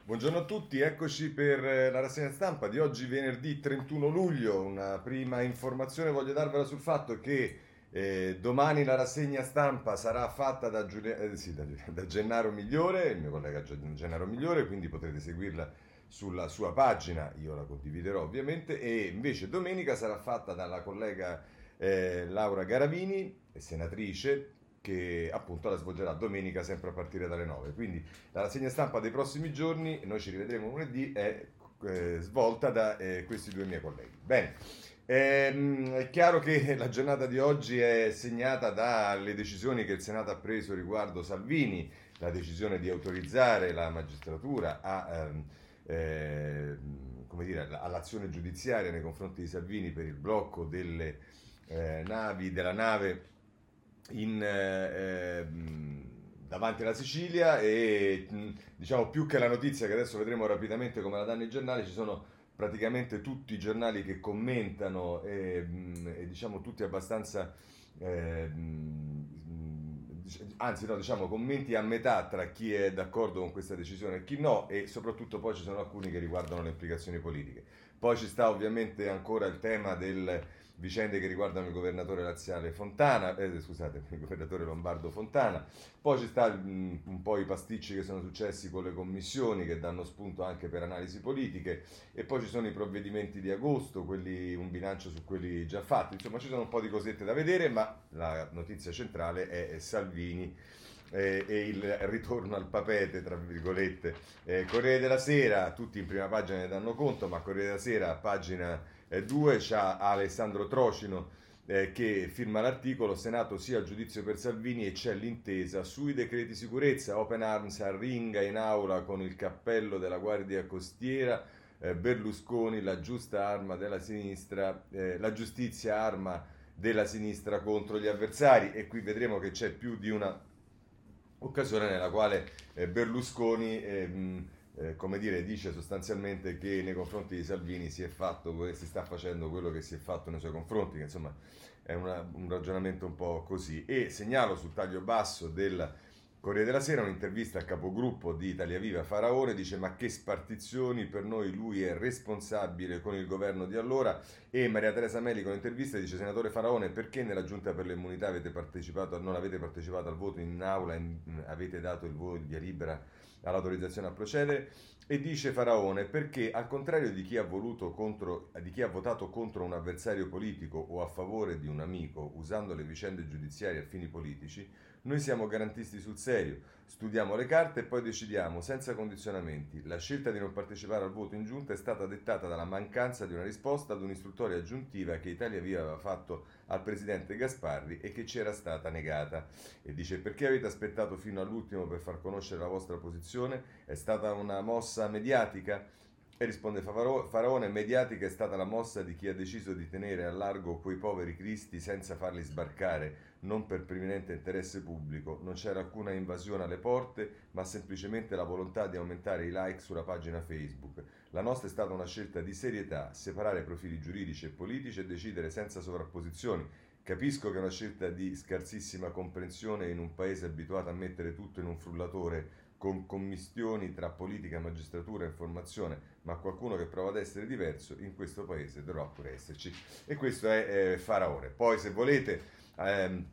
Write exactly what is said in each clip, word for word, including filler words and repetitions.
Buongiorno a tutti, eccoci per eh, la rassegna stampa di oggi venerdì trentuno luglio. Una prima informazione voglio darvela sul fatto che eh, domani la rassegna stampa sarà fatta da, Giulia- eh, sì, da, da Gennaro Migliore, il mio collega Gen- Gennaro Migliore, quindi potrete seguirla sulla sua pagina, io la condividerò ovviamente, e invece domenica sarà fatta dalla collega eh, Laura Garavini, senatrice, che appunto la svolgerà domenica sempre a partire dalle nove. Quindi la rassegna stampa dei prossimi giorni, noi ci rivedremo lunedì, è eh, svolta da eh, questi due miei colleghi. Bene, ehm, è chiaro che la giornata di oggi è segnata dalle decisioni che il Senato ha preso riguardo Salvini, la decisione di autorizzare la magistratura a, ehm, ehm, come dire, all'azione giudiziaria nei confronti di Salvini per il blocco delle eh, navi, della nave in, eh, ehm, davanti alla Sicilia e mh, diciamo più che la notizia che adesso vedremo rapidamente come la danno i giornali, ci sono praticamente tutti i giornali che commentano e, mh, e diciamo tutti abbastanza eh, mh, anzi no, diciamo commenti a metà tra chi è d'accordo con questa decisione e chi no, e soprattutto poi ci sono alcuni che riguardano le implicazioni politiche. Poi ci sta ovviamente ancora il tema del vicende che riguardano il governatore laziale Fontana, eh, scusate, il governatore lombardo Fontana. Poi ci sta mh, un po' i pasticci che sono successi con le commissioni che danno spunto anche per analisi politiche, e poi ci sono i provvedimenti di agosto, quelli, un bilancio su quelli già fatti. Insomma, ci sono un po' di cosette da vedere, ma la notizia centrale è Salvini eh, e il ritorno al papete, tra virgolette. Eh, Corriere della Sera, tutti in prima pagina ne danno conto, ma Corriere della Sera, pagina due, c'ha Alessandro Trocino eh, che firma l'articolo: Senato sia il giudizio per Salvini e c'è l'intesa sui decreti sicurezza. Open Arms arringa in aula con il cappello della Guardia Costiera. eh, Berlusconi, la giusta arma della sinistra, eh, la giustizia arma della sinistra contro gli avversari. E qui vedremo che c'è più di una occasione nella quale eh, Berlusconi eh, mh, eh, come dire, dice sostanzialmente che nei confronti di Salvini si è fatto, si sta facendo quello che si è fatto nei suoi confronti, che insomma è una, un ragionamento un po' così. E segnalo sul taglio basso del Corriere della Sera un'intervista al capogruppo di Italia Viva Faraone, dice: ma che spartizioni, per noi lui è responsabile con il governo di allora. E Maria Teresa Meli con l'intervista dice: senatore Faraone, perché nella giunta per le immunità avete partecipato, non avete partecipato al voto in aula, in, avete dato il voto via libera all'autorizzazione a procedere? E dice Faraone: perché al contrario di chi ha, voluto contro, di chi ha votato contro un avversario politico o a favore di un amico usando le vicende giudiziarie a fini politici, noi siamo garantisti sul serio, studiamo le carte e poi decidiamo senza condizionamenti. La scelta di non partecipare al voto in giunta è stata dettata dalla mancanza di una risposta ad un'istruttoria aggiuntiva che Italia Viva aveva fatto al presidente Gasparri e che ci era stata negata. E dice: perché avete aspettato fino all'ultimo per far conoscere la vostra posizione? È stata una mossa mediatica? E risponde Faraone: mediatica è stata la mossa di chi ha deciso di tenere a largo quei poveri cristi senza farli sbarcare, non per preminente interesse pubblico. Non c'era alcuna invasione alle porte, ma semplicemente la volontà di aumentare i like sulla pagina Facebook. La nostra è stata una scelta di serietà: separare profili giuridici e politici e decidere senza sovrapposizioni. Capisco che è una scelta di scarsissima comprensione in un paese abituato a mettere tutto in un frullatore con commistioni tra politica, magistratura e informazione, ma qualcuno che prova ad essere diverso in questo paese dovrà pure esserci. E questo è eh, Faraone. Poi se volete, ehm,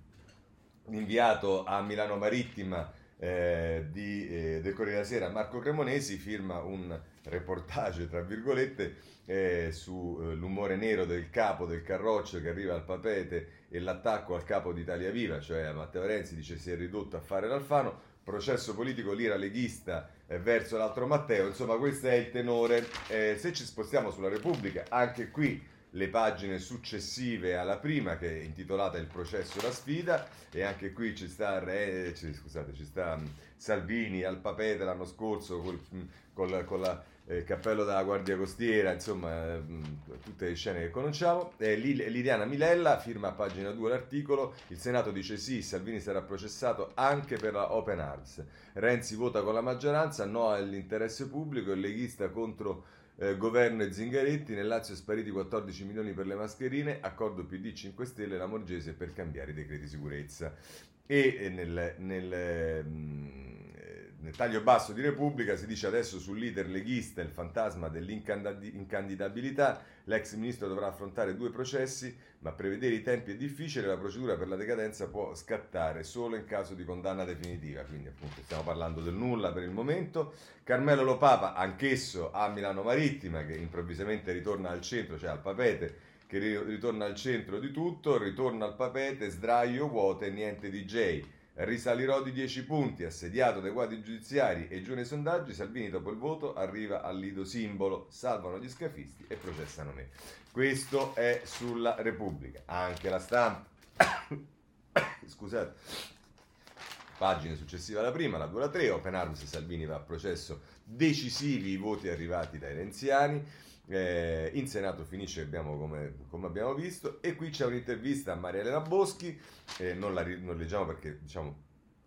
inviato a Milano Marittima eh, di, eh, del Corriere della Sera, Marco Cremonesi firma un reportage, tra virgolette, eh, sull'umore nero del capo del Carroccio che arriva al Papete e l'attacco al capo di Italia Viva, cioè a Matteo Renzi. Dice: si è ridotto a fare l'Alfano, processo politico l'ira leghista eh, verso l'altro Matteo. Insomma, questo è il tenore. Eh, se ci spostiamo sulla Repubblica, anche qui le pagine successive alla prima, che è intitolata Il processo, la sfida, e anche qui ci sta, eh, scusate, ci sta um, Salvini al Papete l'anno scorso col, col, con la eh, cappello della Guardia Costiera, insomma, mh, tutte le scene che conosciamo. Eh, Liliana Milella firma a pagina due l'articolo: il Senato dice sì, Salvini sarà processato anche per la Open Arms. Renzi vota con la maggioranza, no all'interesse pubblico, il leghista contro eh, governo e Zingaretti. Nel Lazio spariti quattordici milioni per le mascherine, accordo P D cinque Stelle, la Morgese per cambiare i decreti sicurezza. E nel, nel, nel taglio basso di Repubblica si dice adesso sul leader leghista il fantasma dell'incandidabilità, l'ex ministro dovrà affrontare due processi, ma prevedere i tempi è difficile, la procedura per la decadenza può scattare solo in caso di condanna definitiva, quindi appunto stiamo parlando del nulla per il momento. Carmelo Lo Papa, anch'esso a Milano Marittima, che improvvisamente ritorna al centro, cioè al Papete, che ritorna al centro di tutto, ritorna al Papete, sdraio vuote, niente D J. Risalirò di dieci punti, assediato dai guadi giudiziari e giù nei sondaggi, Salvini dopo il voto arriva al lido simbolo, salvano gli scafisti e processano me. Questo è sulla Repubblica. Anche la Stampa, scusate, pagina successiva alla prima, la due alla tre, Open Arms, Salvini va a processo, decisivi i voti arrivati dai renziani. Eh, in Senato finisce abbiamo, come, come abbiamo visto, e qui c'è un'intervista a Maria Elena Boschi, eh, non la non leggiamo perché diciamo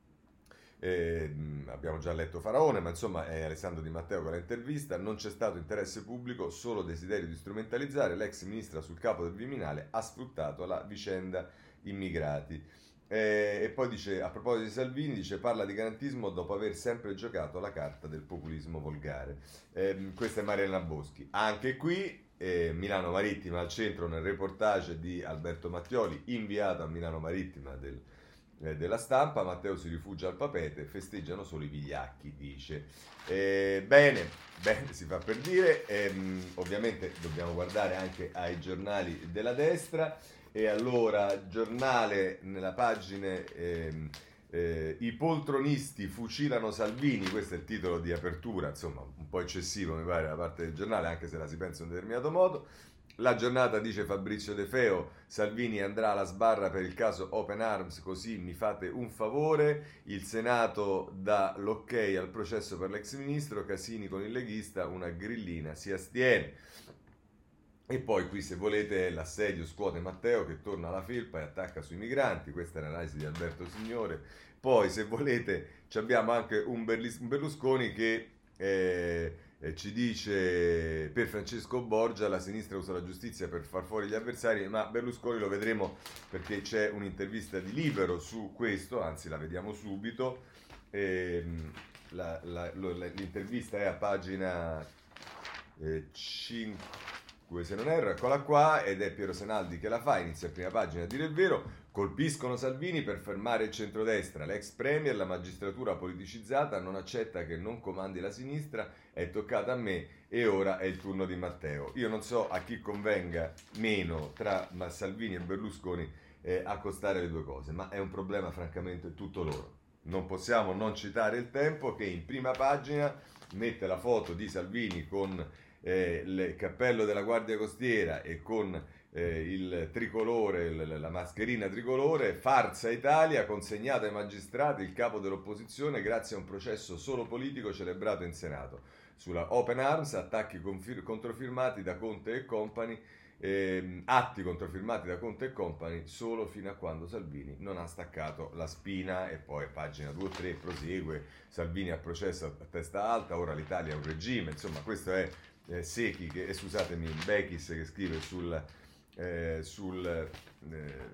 eh, abbiamo già letto Faraone, ma insomma è Alessandro Di Matteo con l'intervista. Non c'è stato interesse pubblico, solo desiderio di strumentalizzare, l'ex ministra sul capo del Viminale ha sfruttato la vicenda immigrati. Eh, e poi dice, a proposito di Salvini, dice parla di garantismo dopo aver sempre giocato la carta del populismo volgare. Eh, questa è Mariella Boschi. Anche qui eh, Milano Marittima al centro nel reportage di Alberto Mattioli, inviato a Milano Marittima del, eh, della Stampa. Matteo si rifugia al Papete, festeggiano solo i vigliacchi, dice. Eh, bene, bene, si fa per dire. Ehm, ovviamente dobbiamo guardare anche ai giornali della destra. E allora, giornale, nella pagina ehm, eh, i poltronisti fucilano Salvini, questo è il titolo di apertura, insomma un po' eccessivo mi pare da parte del giornale, anche se la si pensa in un determinato modo. La giornata, dice Fabrizio De Feo, Salvini andrà alla sbarra per il caso Open Arms, così mi fate un favore. Il Senato dà l'ok al processo per l'ex ministro, Casini con il leghista, una grillina si astiene. E poi qui, se volete, l'assedio scuote Matteo che torna alla felpa e attacca sui migranti, questa è l'analisi di Alberto Signore. Poi, se volete, abbiamo anche un Berlusconi che eh, eh, ci dice, per Francesco Borgia la sinistra usa la giustizia per far fuori gli avversari, ma Berlusconi lo vedremo perché c'è un'intervista di Libero su questo, anzi la vediamo subito. Eh, la, la, lo, l'intervista è a pagina eh, cinque, se non erro, eccola qua, ed è Piero Senaldi che la fa, inizia a prima pagina a dire il vero. Colpiscono Salvini per fermare il centrodestra, l'ex premier, la magistratura politicizzata non accetta che non comandi la sinistra, è toccata a me e ora è il turno di Matteo. Io non so a chi convenga meno tra Salvini e Berlusconi eh, accostare le due cose, ma è un problema francamente tutto loro. Non possiamo non citare Il Tempo che in prima pagina mette la foto di Salvini con Eh, il cappello della Guardia Costiera e con eh, il tricolore, l- la mascherina tricolore, Farsa Italia, consegnato ai magistrati il capo dell'opposizione grazie a un processo solo politico celebrato in Senato. Sulla Open Arms, attacchi confir- controfirmati da Conte e Company, ehm, atti controfirmati da Conte e Company solo fino a quando Salvini non ha staccato la spina. E poi pagina due o tre prosegue, Salvini a processo a testa alta, ora l'Italia è un regime, insomma questo è Eh, Secchi, che, eh, scusatemi, Bechis che scrive sul, eh, sul, eh,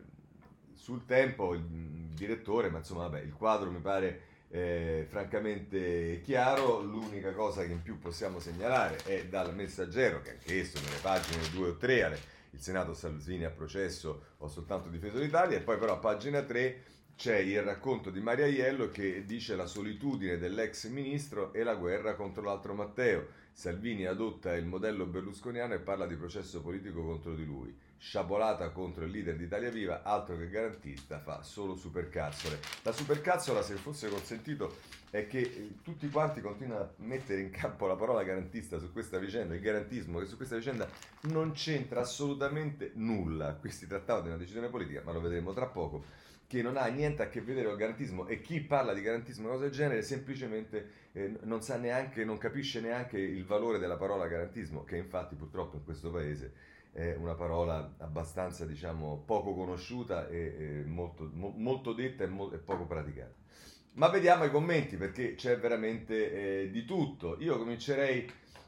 sul Tempo, il, il direttore, ma insomma vabbè, il quadro mi pare eh, francamente chiaro. L'unica cosa che in più possiamo segnalare è dal Messaggero, che anche esso nelle pagine due o tre, il Senato Salvini a processo, ho soltanto difeso l'Italia, e poi però a pagina tre c'è il racconto di Maria Aiello che dice la solitudine dell'ex ministro e la guerra contro l'altro Matteo. Salvini adotta il modello berlusconiano e parla di processo politico contro di lui. Sciabolata contro il leader di Italia Viva, altro che garantista, fa solo supercazzole. La supercazzola, se fosse consentito, è che eh, tutti quanti continuano a mettere in campo la parola garantista su questa vicenda, il garantismo, che su questa vicenda non c'entra assolutamente nulla. Qui si trattava di una decisione politica, ma lo vedremo tra poco, che non ha niente a che vedere con il garantismo, e chi parla di garantismo e cose del genere semplicemente eh, non sa neanche, non capisce neanche il valore della parola garantismo, che infatti purtroppo in questo paese è una parola abbastanza, diciamo, poco conosciuta e, e molto, mo, molto detta e, mo, e poco praticata. Ma vediamo i commenti, perché c'è veramente eh, di tutto. Io comincerei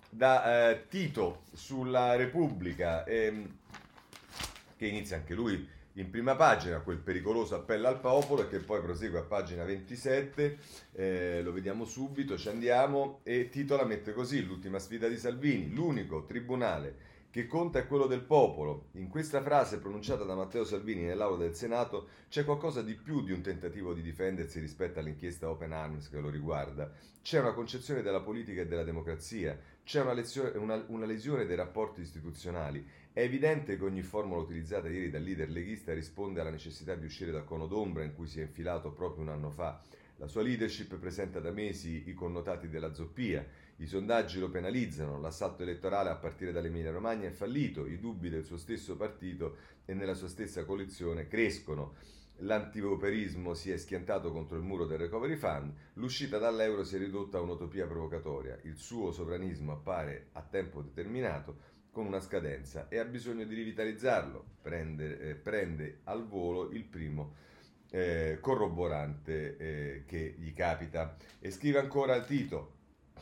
da eh, Tito sulla Repubblica, ehm, che inizia anche lui in prima pagina quel pericoloso appello al popolo e che poi prosegue a pagina ventisette, eh, lo vediamo subito, ci andiamo, e titola, mette così: l'ultima sfida di Salvini, l'unico tribunale che conta è quello del popolo. In questa frase pronunciata da Matteo Salvini nell'aula del Senato c'è qualcosa di più di un tentativo di difendersi rispetto all'inchiesta Open Arms che lo riguarda. C'è una concezione della politica e della democrazia, c'è una, lezione, una, una lesione dei rapporti istituzionali. È evidente che ogni formula utilizzata ieri dal leader leghista risponde alla necessità di uscire dal cono d'ombra in cui si è infilato proprio un anno fa. La sua leadership presenta da mesi i connotati della zoppia, i sondaggi lo penalizzano, l'assalto elettorale a partire dall'Emilia Romagna è fallito, i dubbi del suo stesso partito e nella sua stessa coalizione crescono. L'antieuropeismo si è schiantato contro il muro del recovery fund, l'uscita dall'euro si è ridotta a un'utopia provocatoria, il suo sovranismo appare a tempo determinato con una scadenza e ha bisogno di rivitalizzarlo, prende, eh, prende al volo il primo eh, corroborante eh, che gli capita. E scrive ancora il Tito: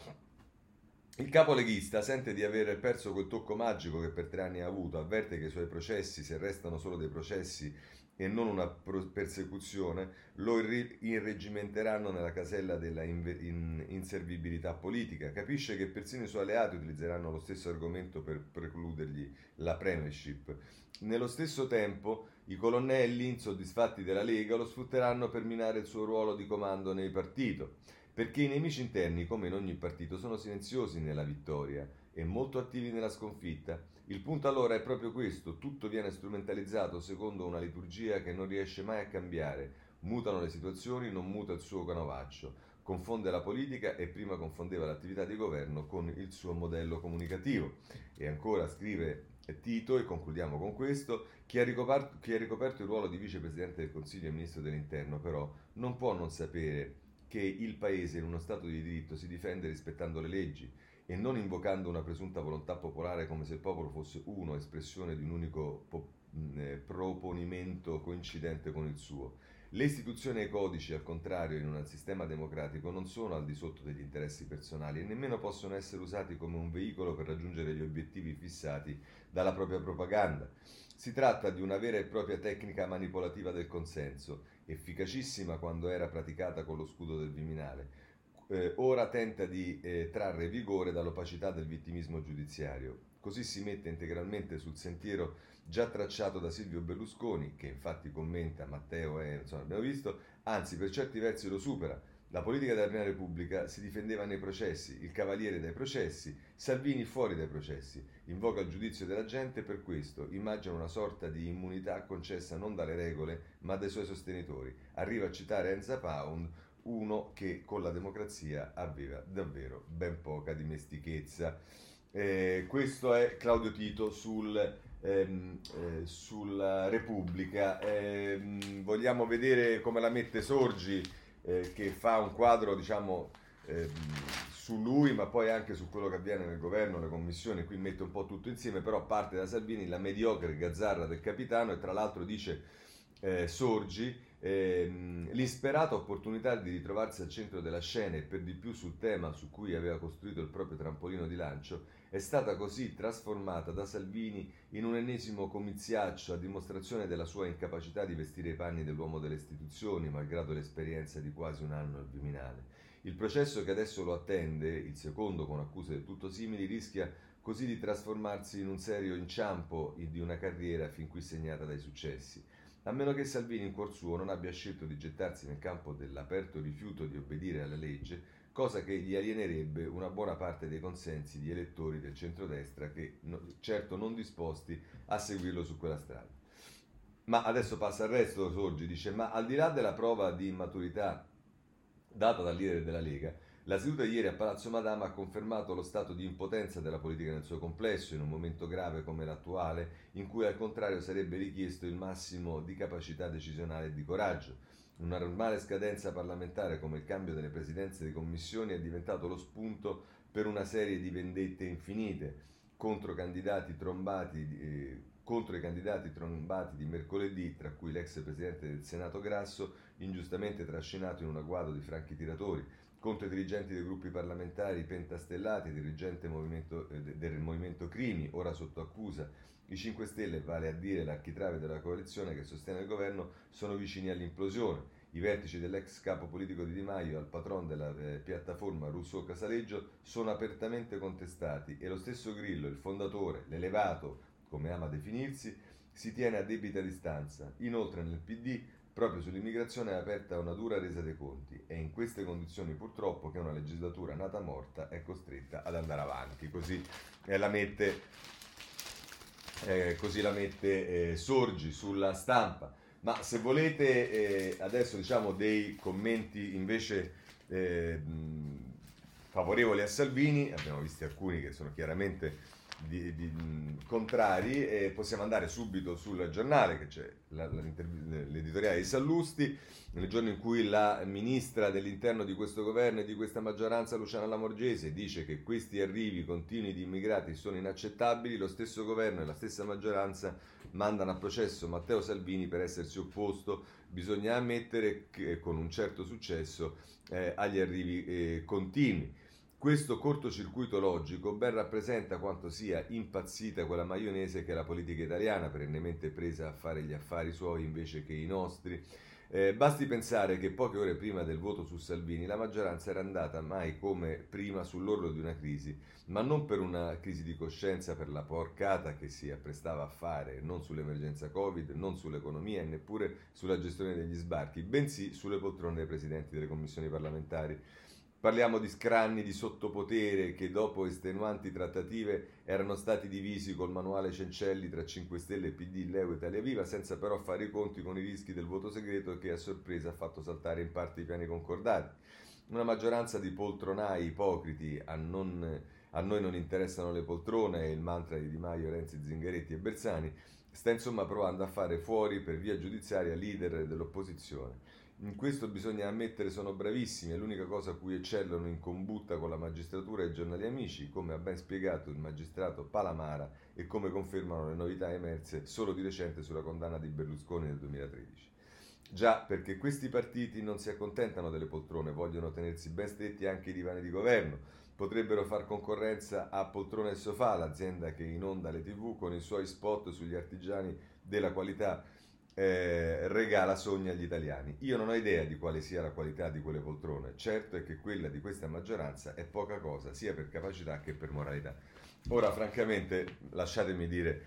il capo leghista sente di aver perso quel tocco magico che per tre anni ha avuto, avverte che i suoi processi, se restano solo dei processi e non una persecuzione, lo irreggimenteranno nella casella della in- inservibilità politica. Capisce che persino i suoi alleati utilizzeranno lo stesso argomento per precludergli la premiership. Nello stesso tempo, i colonnelli, insoddisfatti della Lega, lo sfrutteranno per minare il suo ruolo di comando nel partito, perché i nemici interni, come in ogni partito, sono silenziosi nella vittoria e molto attivi nella sconfitta. Il punto allora è proprio questo: tutto viene strumentalizzato secondo una liturgia che non riesce mai a cambiare, mutano le situazioni, non muta il suo canovaccio, confonde la politica e prima confondeva l'attività di governo con il suo modello comunicativo. E ancora scrive Tito, e concludiamo con questo: chi ha, ricoperto, chi ha ricoperto il ruolo di vicepresidente del Consiglio e ministro dell'Interno però non può non sapere che il Paese in uno Stato di diritto si difende rispettando le leggi e non invocando una presunta volontà popolare come se il popolo fosse uno, espressione di un unico po- eh, proponimento coincidente con il suo. Le istituzioni e i codici, al contrario, in un sistema democratico non sono al di sotto degli interessi personali e nemmeno possono essere usati come un veicolo per raggiungere gli obiettivi fissati dalla propria propaganda. Si tratta di una vera e propria tecnica manipolativa del consenso, efficacissima quando era praticata con lo scudo del Viminale. Eh, ora tenta di eh, trarre vigore dall'opacità del vittimismo giudiziario. Così si mette integralmente sul sentiero già tracciato da Silvio Berlusconi, che infatti commenta Matteo e insomma abbiamo visto, anzi per certi versi lo supera. La politica della Prima Repubblica si difendeva nei processi, il Cavaliere dai processi, Salvini fuori dai processi, invoca il giudizio della gente per questo, immagina una sorta di immunità concessa non dalle regole ma dai suoi sostenitori. Arriva a citare Enza Pound, uno che con la democrazia aveva davvero ben poca dimestichezza. Eh, questo è Claudio Tito sul, ehm, eh, sulla Repubblica. Ehm, vogliamo vedere come la mette Sorgi, eh, che fa un quadro, diciamo, ehm, su lui, ma poi anche su quello che avviene nel governo, le commissioni. Qui mette un po' tutto insieme, però parte da Salvini, la mediocre gazzarra del capitano, e tra l'altro dice eh, Sorgi, ehm, l'insperata opportunità di ritrovarsi al centro della scena e per di più sul tema su cui aveva costruito il proprio trampolino di lancio è stata così trasformata da Salvini in un ennesimo comiziaccio a dimostrazione della sua incapacità di vestire i panni dell'uomo delle istituzioni, malgrado l'esperienza di quasi un anno al Viminale. Il processo che adesso lo attende, il secondo con accuse del tutto simili, rischia così di trasformarsi in un serio inciampo di una carriera fin qui segnata dai successi. A meno che Salvini in cuor suo non abbia scelto di gettarsi nel campo dell'aperto rifiuto di obbedire alla legge, cosa che gli alienerebbe una buona parte dei consensi di elettori del centrodestra che no, certo non disposti a seguirlo su quella strada. Ma adesso passa al resto, Sorgi, dice: ma al di là della prova di immaturità data dal leader della Lega, la seduta di ieri a Palazzo Madama ha confermato lo stato di impotenza della politica nel suo complesso, in un momento grave come l'attuale, in cui al contrario sarebbe richiesto il massimo di capacità decisionale e di coraggio. Una normale scadenza parlamentare come il cambio delle presidenze di commissioni è diventato lo spunto per una serie di vendette infinite contro candidati trombati, eh, contro i candidati trombati di mercoledì, tra cui l'ex presidente del Senato Grasso, ingiustamente trascinato in un agguato di franchi tiratori, contro i dirigenti dei gruppi parlamentari pentastellati, dirigente movimento, eh, del Movimento Crimi, ora sotto accusa. I cinque Stelle, vale a dire l'architrave della coalizione che sostiene il governo, sono vicini all'implosione. I vertici dell'ex capo politico di Di Maio al patron della eh, piattaforma Rousseau Casaleggio sono apertamente contestati e lo stesso Grillo, il fondatore, l'elevato, come ama definirsi, si tiene a debita distanza. Inoltre nel P D proprio sull'immigrazione è aperta una dura resa dei conti. È in queste condizioni purtroppo che una legislatura nata morta è costretta ad andare avanti. Così eh, la mette, eh, così la mette eh, Sorgi sulla Stampa. Ma se volete eh, adesso diciamo dei commenti invece eh, mh, favorevoli a Salvini, abbiamo visti alcuni che sono chiaramente di, di, mh, contrari, e possiamo andare subito sul giornale, che c'è la, la, l'editoriale di Sallusti, nel giorno in cui la ministra dell'interno di questo governo e di questa maggioranza, Luciana Lamorgese, dice che questi arrivi continui di immigrati sono inaccettabili. Lo stesso governo e la stessa maggioranza mandano a processo Matteo Salvini per essersi opposto, bisogna ammettere che con un certo successo, eh, agli arrivi eh, continui. Questo cortocircuito logico ben rappresenta quanto sia impazzita quella maionese che è la politica italiana, perennemente presa a fare gli affari suoi invece che i nostri. Eh, basti pensare che poche ore prima del voto su Salvini la maggioranza era andata mai come prima sull'orlo di una crisi, ma non per una crisi di coscienza per la porcata che si apprestava a fare, non sull'emergenza Covid, non sull'economia e neppure sulla gestione degli sbarchi, bensì sulle poltrone dei presidenti delle commissioni parlamentari. Parliamo di scranni di sottopotere che dopo estenuanti trattative erano stati divisi col manuale Cencelli tra cinque Stelle, P D, Leu e Italia Viva, senza però fare i conti con i rischi del voto segreto che a sorpresa ha fatto saltare in parte i piani concordati. Una maggioranza di poltronai ipocriti, a, non, a noi non interessano le poltrone, è il mantra di Di Maio, Renzi, Zingaretti e Bersani, sta insomma provando a fare fuori per via giudiziaria leader dell'opposizione. In questo bisogna ammettere sono bravissimi, è l'unica cosa a cui eccellono in combutta con la magistratura e i giornali amici, come ha ben spiegato il magistrato Palamara e come confermano le novità emerse solo di recente sulla condanna di Berlusconi nel duemilatredici. Già, perché questi partiti non si accontentano delle poltrone, vogliono tenersi ben stretti anche i divani di governo. Potrebbero far concorrenza a Poltrone e Sofà, l'azienda che inonda le tivù con i suoi spot sugli artigiani della qualità. Eh, regala sogni agli italiani. Io non ho idea di quale sia la qualità di quelle poltrone, certo è che quella di questa maggioranza è poca cosa, sia per capacità che per moralità. Ora, francamente, lasciatemi dire,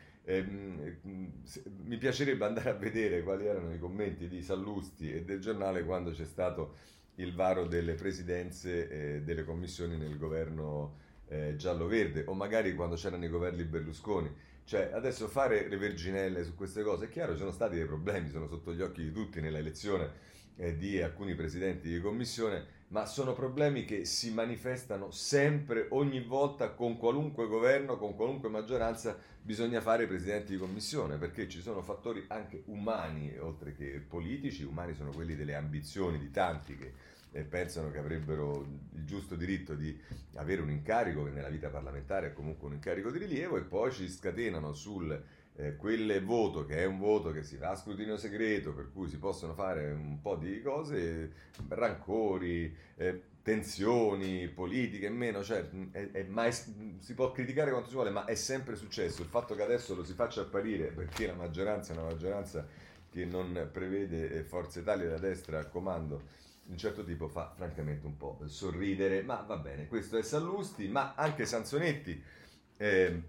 ehm, se, mi piacerebbe andare a vedere quali erano i commenti di Sallusti e del giornale quando c'è stato il varo delle presidenze eh, delle commissioni nel governo eh, giallo-verde, o magari quando c'erano i governi Berlusconi. Cioè, adesso fare le verginelle su queste cose, è chiaro, ci sono stati dei problemi, sono sotto gli occhi di tutti nella elezione eh, di alcuni presidenti di commissione, ma sono problemi che si manifestano sempre, ogni volta, con qualunque governo, con qualunque maggioranza, bisogna fare i presidenti di commissione, perché ci sono fattori anche umani, oltre che politici. Umani sono quelli delle ambizioni di tanti che e pensano che avrebbero il giusto diritto di avere un incarico che nella vita parlamentare è comunque un incarico di rilievo, e poi ci scatenano sul eh, quel voto che è un voto che si fa a scrutinio segreto, per cui si possono fare un po' di cose, rancori, eh, tensioni politiche e meno, cioè è, è mai, si può criticare quanto si vuole, ma è sempre successo. Il fatto che adesso lo si faccia apparire perché la maggioranza è una maggioranza che non prevede Forza Italia da destra al comando di un certo tipo fa francamente un po' sorridere, ma va bene, questo è Sallusti. Ma anche Sansonetti eh,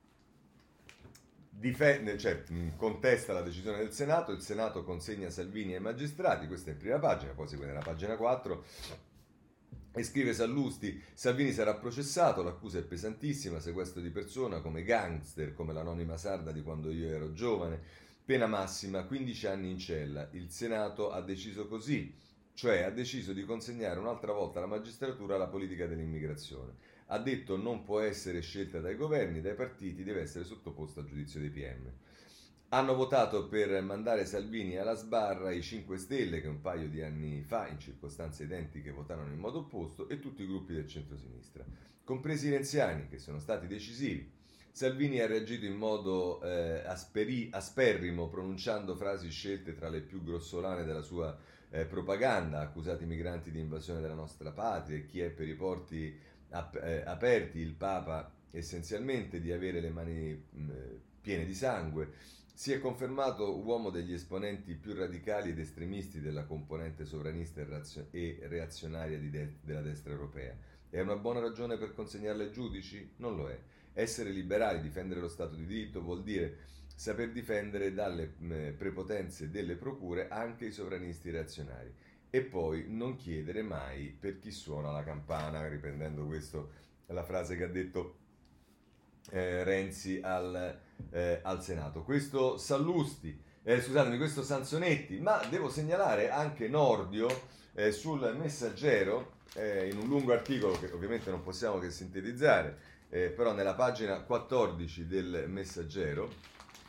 difende, cioè, mh, contesta la decisione del Senato, il Senato consegna Salvini ai magistrati, questa è in prima pagina, poi segue nella pagina quattro, e scrive Sallusti: Salvini sarà processato, l'accusa è pesantissima, sequestro di persona come gangster, come l'anonima sarda di quando io ero giovane, pena massima quindici anni in cella. Il Senato ha deciso così, cioè ha deciso di consegnare un'altra volta la magistratura alla politica dell'immigrazione. Ha detto non può essere scelta dai governi, dai partiti, deve essere sottoposta a giudizio dei P M. Hanno votato per mandare Salvini alla sbarra i cinque Stelle, che un paio di anni fa, in circostanze identiche, votarono in modo opposto, e tutti i gruppi del centrosinistra, compresi i renziani, che sono stati decisivi. Salvini ha reagito in modo eh, asperi, asperrimo, pronunciando frasi scelte tra le più grossolane della sua eh, propaganda, ha accusato i migranti di invasione della nostra patria e chi è per i porti ap- eh, aperti, il Papa essenzialmente, di avere le mani mh, piene di sangue. Si è confermato uomo degli esponenti più radicali ed estremisti della componente sovranista e, razio- e reazionaria di de- della destra europea. È una buona ragione per consegnarle ai giudici? Non lo è. Essere liberali, difendere lo Stato di diritto, vuol dire saper difendere dalle mh, prepotenze delle procure anche i sovranisti reazionari. E poi non chiedere mai per chi suona la campana, riprendendo questo la frase che ha detto eh, Renzi al, eh, al Senato. Questo Sallusti, eh, scusatemi, questo Sansonetti, ma devo segnalare anche Nordio eh, sul Messaggero, eh, in un lungo articolo che ovviamente non possiamo che sintetizzare, eh, però nella pagina quattordici del Messaggero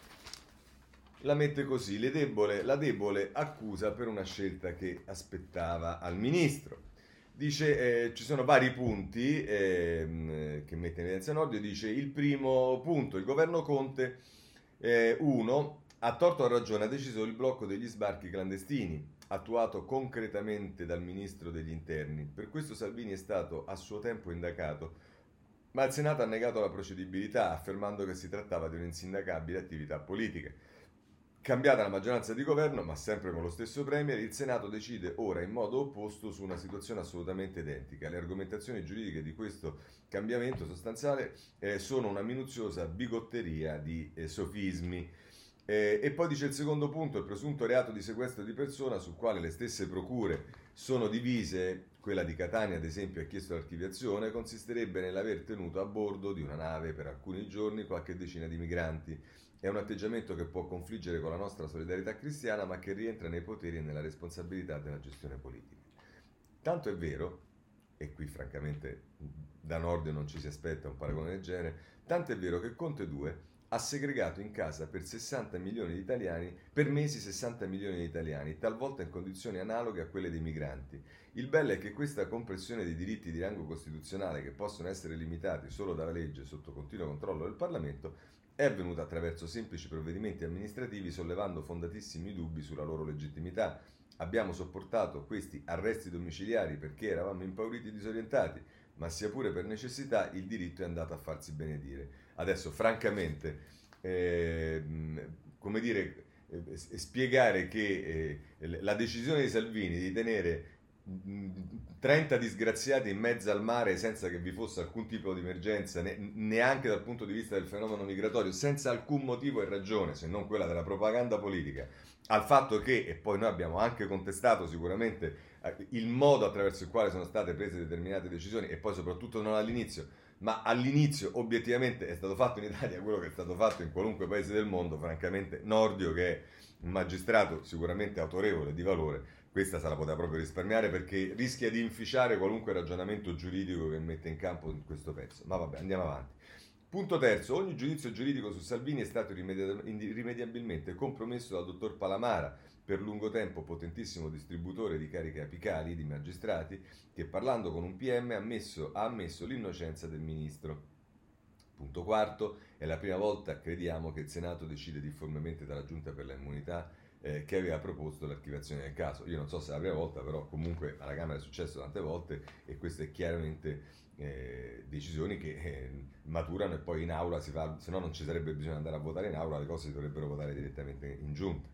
la mette così: le debole, la debole accusa per una scelta che aspettava al ministro. Dice, eh, ci sono vari punti ehm, che mette in evidenza Nordio. Dice, il primo punto, il governo Conte uno ha torto o ragione, ha deciso il blocco degli sbarchi clandestini, attuato concretamente dal ministro degli interni. Per questo Salvini è stato a suo tempo indagato, ma il Senato ha negato la procedibilità, affermando che si trattava di un'insindacabile attività politica. Cambiata la maggioranza di governo, ma sempre con lo stesso Premier, il Senato decide ora in modo opposto su una situazione assolutamente identica. Le argomentazioni giuridiche di questo cambiamento sostanziale eh, sono una minuziosa bigotteria di eh, sofismi. Eh, e poi dice il secondo punto, il presunto reato di sequestro di persona, sul quale le stesse procure sono divise. Quella di Catania, ad esempio, ha chiesto l'archiviazione, consisterebbe nell'aver tenuto a bordo di una nave per alcuni giorni qualche decina di migranti. È un atteggiamento che può confliggere con la nostra solidarietà cristiana, ma che rientra nei poteri e nella responsabilità della gestione politica. Tanto è vero, e qui francamente da Nordio non ci si aspetta un paragone del genere, tanto è vero che Conte due ha segregato in casa per sessanta milioni di italiani, per mesi sessanta milioni di italiani, talvolta in condizioni analoghe a quelle dei migranti. Il bello è che questa compressione dei diritti di rango costituzionale, che possono essere limitati solo dalla legge sotto continuo controllo del Parlamento, è avvenuta attraverso semplici provvedimenti amministrativi, sollevando fondatissimi dubbi sulla loro legittimità. Abbiamo sopportato questi arresti domiciliari perché eravamo impauriti e disorientati, ma sia pure per necessità il diritto è andato a farsi benedire. Adesso, francamente, ehm, come dire, eh, spiegare che eh, la decisione di Salvini di tenere trenta disgraziati in mezzo al mare senza che vi fosse alcun tipo di emergenza, ne- neanche dal punto di vista del fenomeno migratorio, senza alcun motivo e ragione, se non quella della propaganda politica, al fatto che, e poi noi abbiamo anche contestato sicuramente eh, il modo attraverso il quale sono state prese determinate decisioni, e poi soprattutto non all'inizio, ma all'inizio obiettivamente è stato fatto in Italia quello che è stato fatto in qualunque paese del mondo. Francamente Nordio, che è un magistrato sicuramente autorevole e di valore, questa se la poteva proprio risparmiare, perché rischia di inficiare qualunque ragionamento giuridico che mette in campo in questo pezzo. Ma vabbè, andiamo avanti. Punto terzo, ogni giudizio giuridico su Salvini è stato irrimediabilmente compromesso dal dottor Palamara, per lungo tempo potentissimo distributore di cariche apicali di magistrati, che parlando con un P M ha, messo, ha ammesso l'innocenza del ministro. Punto quarto, è la prima volta, crediamo, che il Senato decide difformemente dalla Giunta per le immunità eh, che aveva proposto l'archiviazione del caso. Io non so se è la prima volta, però comunque alla Camera è successo tante volte, e queste è chiaramente eh, decisioni che eh, maturano e poi in aula si fa, se no non ci sarebbe bisogno di andare a votare in aula, le cose si dovrebbero votare direttamente in Giunta.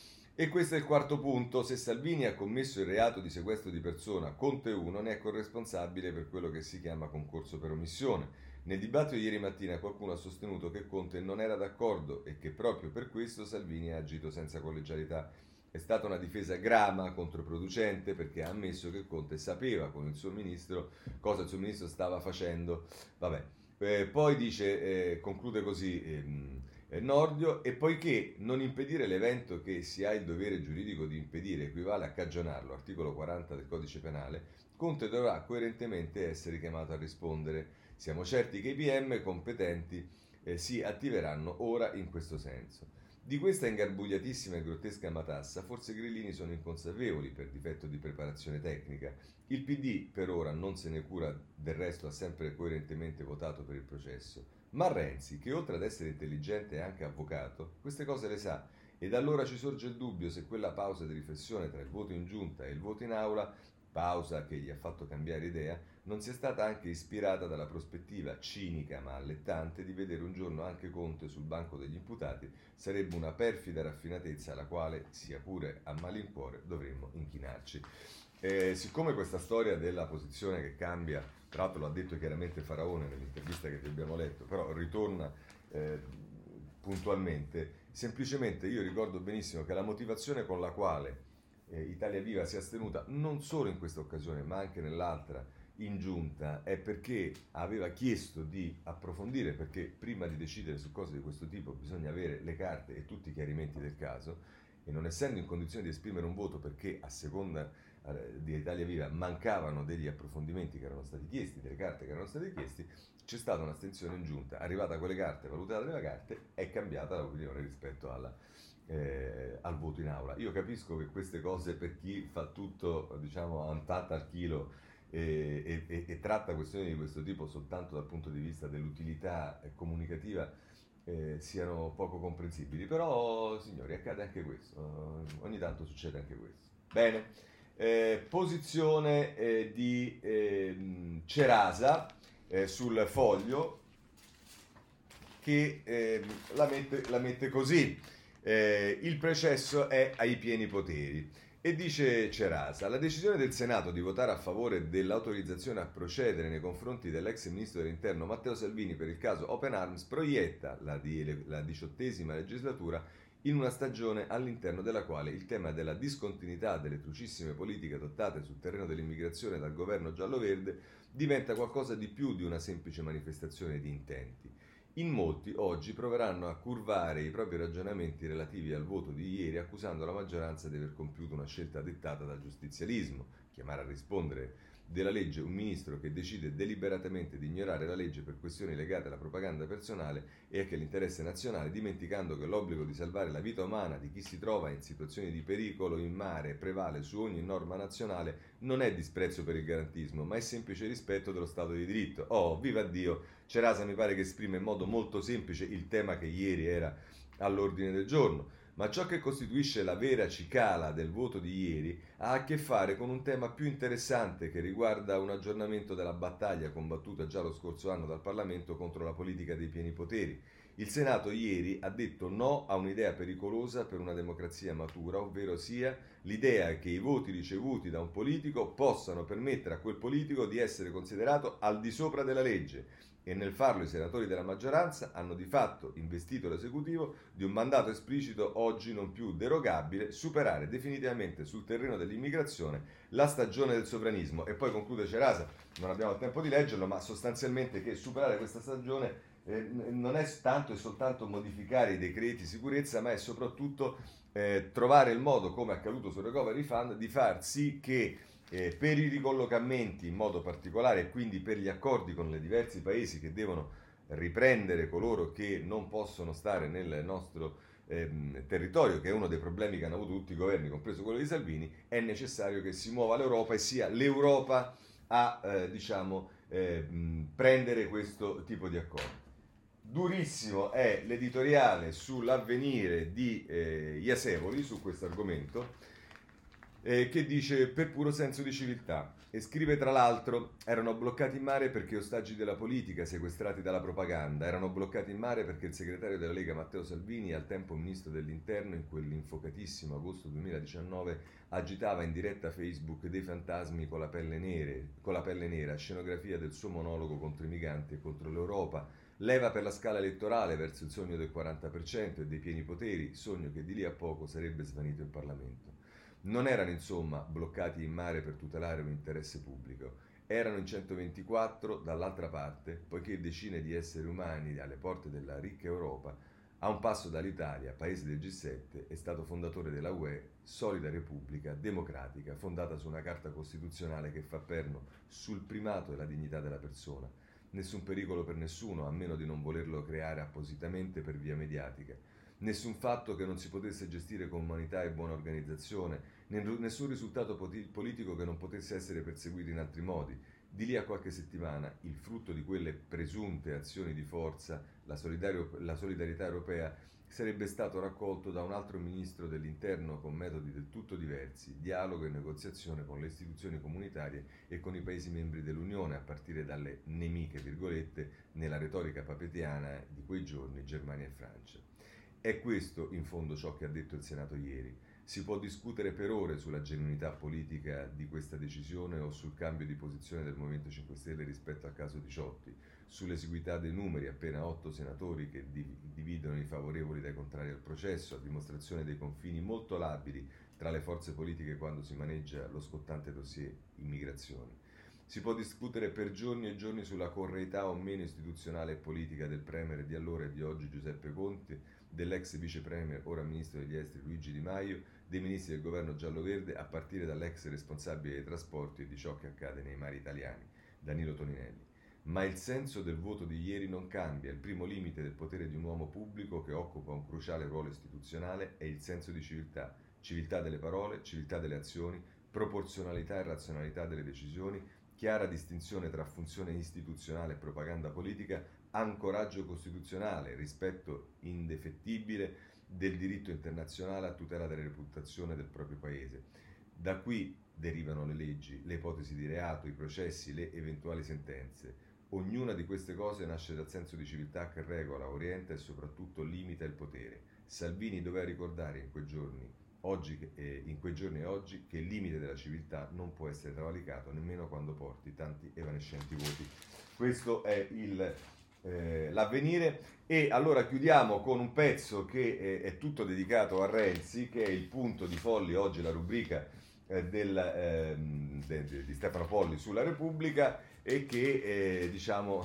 E questo è il quarto punto: se Salvini ha commesso il reato di sequestro di persona, Conte uno ne è corresponsabile per quello che si chiama concorso per omissione. Nel dibattito di ieri mattina qualcuno ha sostenuto che Conte non era d'accordo e che proprio per questo Salvini ha agito senza collegialità. È stata una difesa grama, controproducente, perché ha ammesso che Conte sapeva con il suo ministro cosa il suo ministro stava facendo. Vabbè. Eh, poi dice, eh, conclude così ehm, eh, Nordio: e poiché non impedire l'evento che si ha il dovere giuridico di impedire equivale a cagionarlo, articolo quaranta del codice penale, Conte dovrà coerentemente essere chiamato a rispondere. Siamo certi che i P M competenti eh, si attiveranno ora in questo senso. Di questa ingarbugliatissima e grottesca matassa forse i grillini sono inconsapevoli per difetto di preparazione tecnica. Il P D per ora non se ne cura, del resto ha sempre coerentemente votato per il processo. Ma Renzi, che oltre ad essere intelligente è anche avvocato, queste cose le sa, Ed allora ci sorge il dubbio se quella pausa di riflessione tra il voto in giunta e il voto in aula, pausa che gli ha fatto cambiare idea, non sia stata anche ispirata dalla prospettiva cinica ma allettante di vedere un giorno anche Conte sul banco degli imputati. Sarebbe una perfida raffinatezza alla quale, sia pure a malincuore, dovremmo inchinarci. Eh, siccome questa storia della posizione che cambia, tra l'altro lo ha detto chiaramente Faraone nell'intervista che ti abbiamo letto, però ritorna eh, puntualmente, semplicemente io ricordo benissimo che la motivazione con la quale eh, Italia Viva si è astenuta non solo in questa occasione ma anche nell'altra in giunta è perché aveva chiesto di approfondire, perché prima di decidere su cose di questo tipo bisogna avere le carte e tutti i chiarimenti del caso, e non essendo in condizione di esprimere un voto perché a seconda eh, di Italia Viva mancavano degli approfondimenti che erano stati chiesti, delle carte che erano state chiesti, c'è stata un'astensione in giunta, arrivata quelle carte, valutate le carte, è cambiata l'opinione rispetto alla, eh, al voto in aula. Io capisco che queste cose per chi fa tutto, diciamo, antata al chilo e, e, e tratta questioni di questo tipo soltanto dal punto di vista dell'utilità comunicativa eh, siano poco comprensibili, però signori accade anche questo, ogni tanto succede anche questo. Bene, eh, posizione eh, di eh, Cerasa eh, sul Foglio che eh, la, mette, la mette così, eh, il processo è ai pieni poteri. E dice Cerasa, la decisione del Senato di votare a favore dell'autorizzazione a procedere nei confronti dell'ex ministro dell'Interno Matteo Salvini per il caso Open Arms proietta la, di, la diciottesima legislatura in una stagione all'interno della quale il tema della discontinuità delle trucissime politiche adottate sul terreno dell'immigrazione dal governo giallo-verde diventa qualcosa di più di una semplice manifestazione di intenti. In molti oggi proveranno a curvare i propri ragionamenti relativi al voto di ieri accusando la maggioranza di aver compiuto una scelta dettata dal giustizialismo, chiamare a rispondere della legge un ministro che decide deliberatamente di ignorare la legge per questioni legate alla propaganda personale e anche all'interesse nazionale, dimenticando che l'obbligo di salvare la vita umana di chi si trova in situazioni di pericolo in mare e prevale su ogni norma nazionale, non è disprezzo per il garantismo, ma è semplice rispetto dello Stato di diritto. Oh, viva Dio! Cerasa mi pare che esprime in modo molto semplice il tema che ieri era all'ordine del giorno. Ma ciò che costituisce la vera cicala del voto di ieri ha a che fare con un tema più interessante che riguarda un aggiornamento della battaglia combattuta già lo scorso anno dal Parlamento contro la politica dei pieni poteri. Il Senato ieri ha detto no a un'idea pericolosa per una democrazia matura, ovvero sia l'idea che i voti ricevuti da un politico possano permettere a quel politico di essere considerato al di sopra della legge. E nel farlo i senatori della maggioranza hanno di fatto investito l'esecutivo di un mandato esplicito oggi non più derogabile, superare definitivamente sul terreno dell'immigrazione la stagione del sovranismo. E poi conclude Cerasa, non abbiamo il tempo di leggerlo, ma sostanzialmente che superare questa stagione eh, non è tanto e soltanto modificare i decreti di sicurezza, ma è soprattutto eh, trovare il modo, come è accaduto sul Recovery Fund, di far sì che Eh, per i ricollocamenti in modo particolare e quindi per gli accordi con i diversi paesi che devono riprendere coloro che non possono stare nel nostro ehm, territorio, che è uno dei problemi che hanno avuto tutti i governi, compreso quello di Salvini, è necessario che si muova l'Europa e sia l'Europa a eh, diciamo, eh, prendere questo tipo di accordi. Durissimo è l'editoriale sull'Avvenire di eh, Iasevoli su questo argomento, eh, che dice per puro senso di civiltà. E scrive tra l'altro, erano bloccati in mare perché ostaggi della politica, sequestrati dalla propaganda, erano bloccati in mare perché il segretario della Lega Matteo Salvini, al tempo ministro dell'Interno, in quell'infocatissimo agosto duemiladiciannove, agitava in diretta Facebook dei fantasmi con la pelle, nere, con la pelle nera, scenografia del suo monologo contro i migranti e contro l'Europa, leva per la scala elettorale verso il sogno del quaranta per cento e dei pieni poteri, sogno che di lì a poco sarebbe svanito in Parlamento. Non erano insomma bloccati in mare per tutelare un interesse pubblico, erano in centoventiquattro dall'altra parte, poiché decine di esseri umani alle porte della ricca Europa, a un passo dall'Italia, paese del G sette, è stato fondatore della U E, solida repubblica, democratica, fondata su una carta costituzionale che fa perno sul primato e la dignità della persona. Nessun pericolo per nessuno, a meno di non volerlo creare appositamente per via mediatica. Nessun fatto che non si potesse gestire con umanità e buona organizzazione, nessun risultato politico che non potesse essere perseguito in altri modi, Di lì a qualche settimana il frutto di quelle presunte azioni di forza, la, solidario- la solidarietà europea, sarebbe stato raccolto da un altro ministro dell'interno con metodi del tutto diversi, dialogo e negoziazione con le istituzioni comunitarie e con i Paesi membri dell'Unione, a partire dalle nemiche, virgolette, nella retorica papetiana di quei giorni, Germania e Francia. È questo in fondo ciò che ha detto il Senato ieri. Si può discutere per ore sulla genuinità politica di questa decisione o sul cambio di posizione del Movimento cinque Stelle rispetto al caso Diciotti, sull'esiguità dei numeri, appena otto senatori che dividono i favorevoli dai contrari al processo, a dimostrazione dei confini molto labili tra le forze politiche quando si maneggia lo scottante dossier immigrazione. Si può discutere per giorni e giorni sulla correità o meno istituzionale e politica del premier di allora e di oggi Giuseppe Conte, dell'ex vice premier, ora ministro degli esteri Luigi Di Maio, dei ministri del governo giallo-verde, a partire dall'ex responsabile dei trasporti e di ciò che accade nei mari italiani, Danilo Toninelli. Ma il senso del voto di ieri non cambia. Il primo limite del potere di un uomo pubblico che occupa un cruciale ruolo istituzionale è il senso di civiltà. Civiltà delle parole, civiltà delle azioni, proporzionalità e razionalità delle decisioni, chiara distinzione tra funzione istituzionale e propaganda politica, ancoraggio costituzionale, rispetto indefettibile del diritto internazionale a tutela della reputazione del proprio paese. Da qui derivano le leggi, le ipotesi di reato, i processi, le eventuali sentenze. Ognuna di queste cose nasce dal senso di civiltà che regola, orienta e soprattutto limita il potere. Salvini doveva ricordare in quei giorni, oggi, eh, in quei giorni e oggi, che il limite della civiltà non può essere travalicato nemmeno quando porti tanti evanescenti voti. Questo è il Eh, l'avvenire. E allora chiudiamo con un pezzo che eh, è tutto dedicato a Renzi, che è il punto di Folli, oggi la rubrica eh, del, ehm, de, de, di Stefano Folli sulla Repubblica, e che eh, diciamo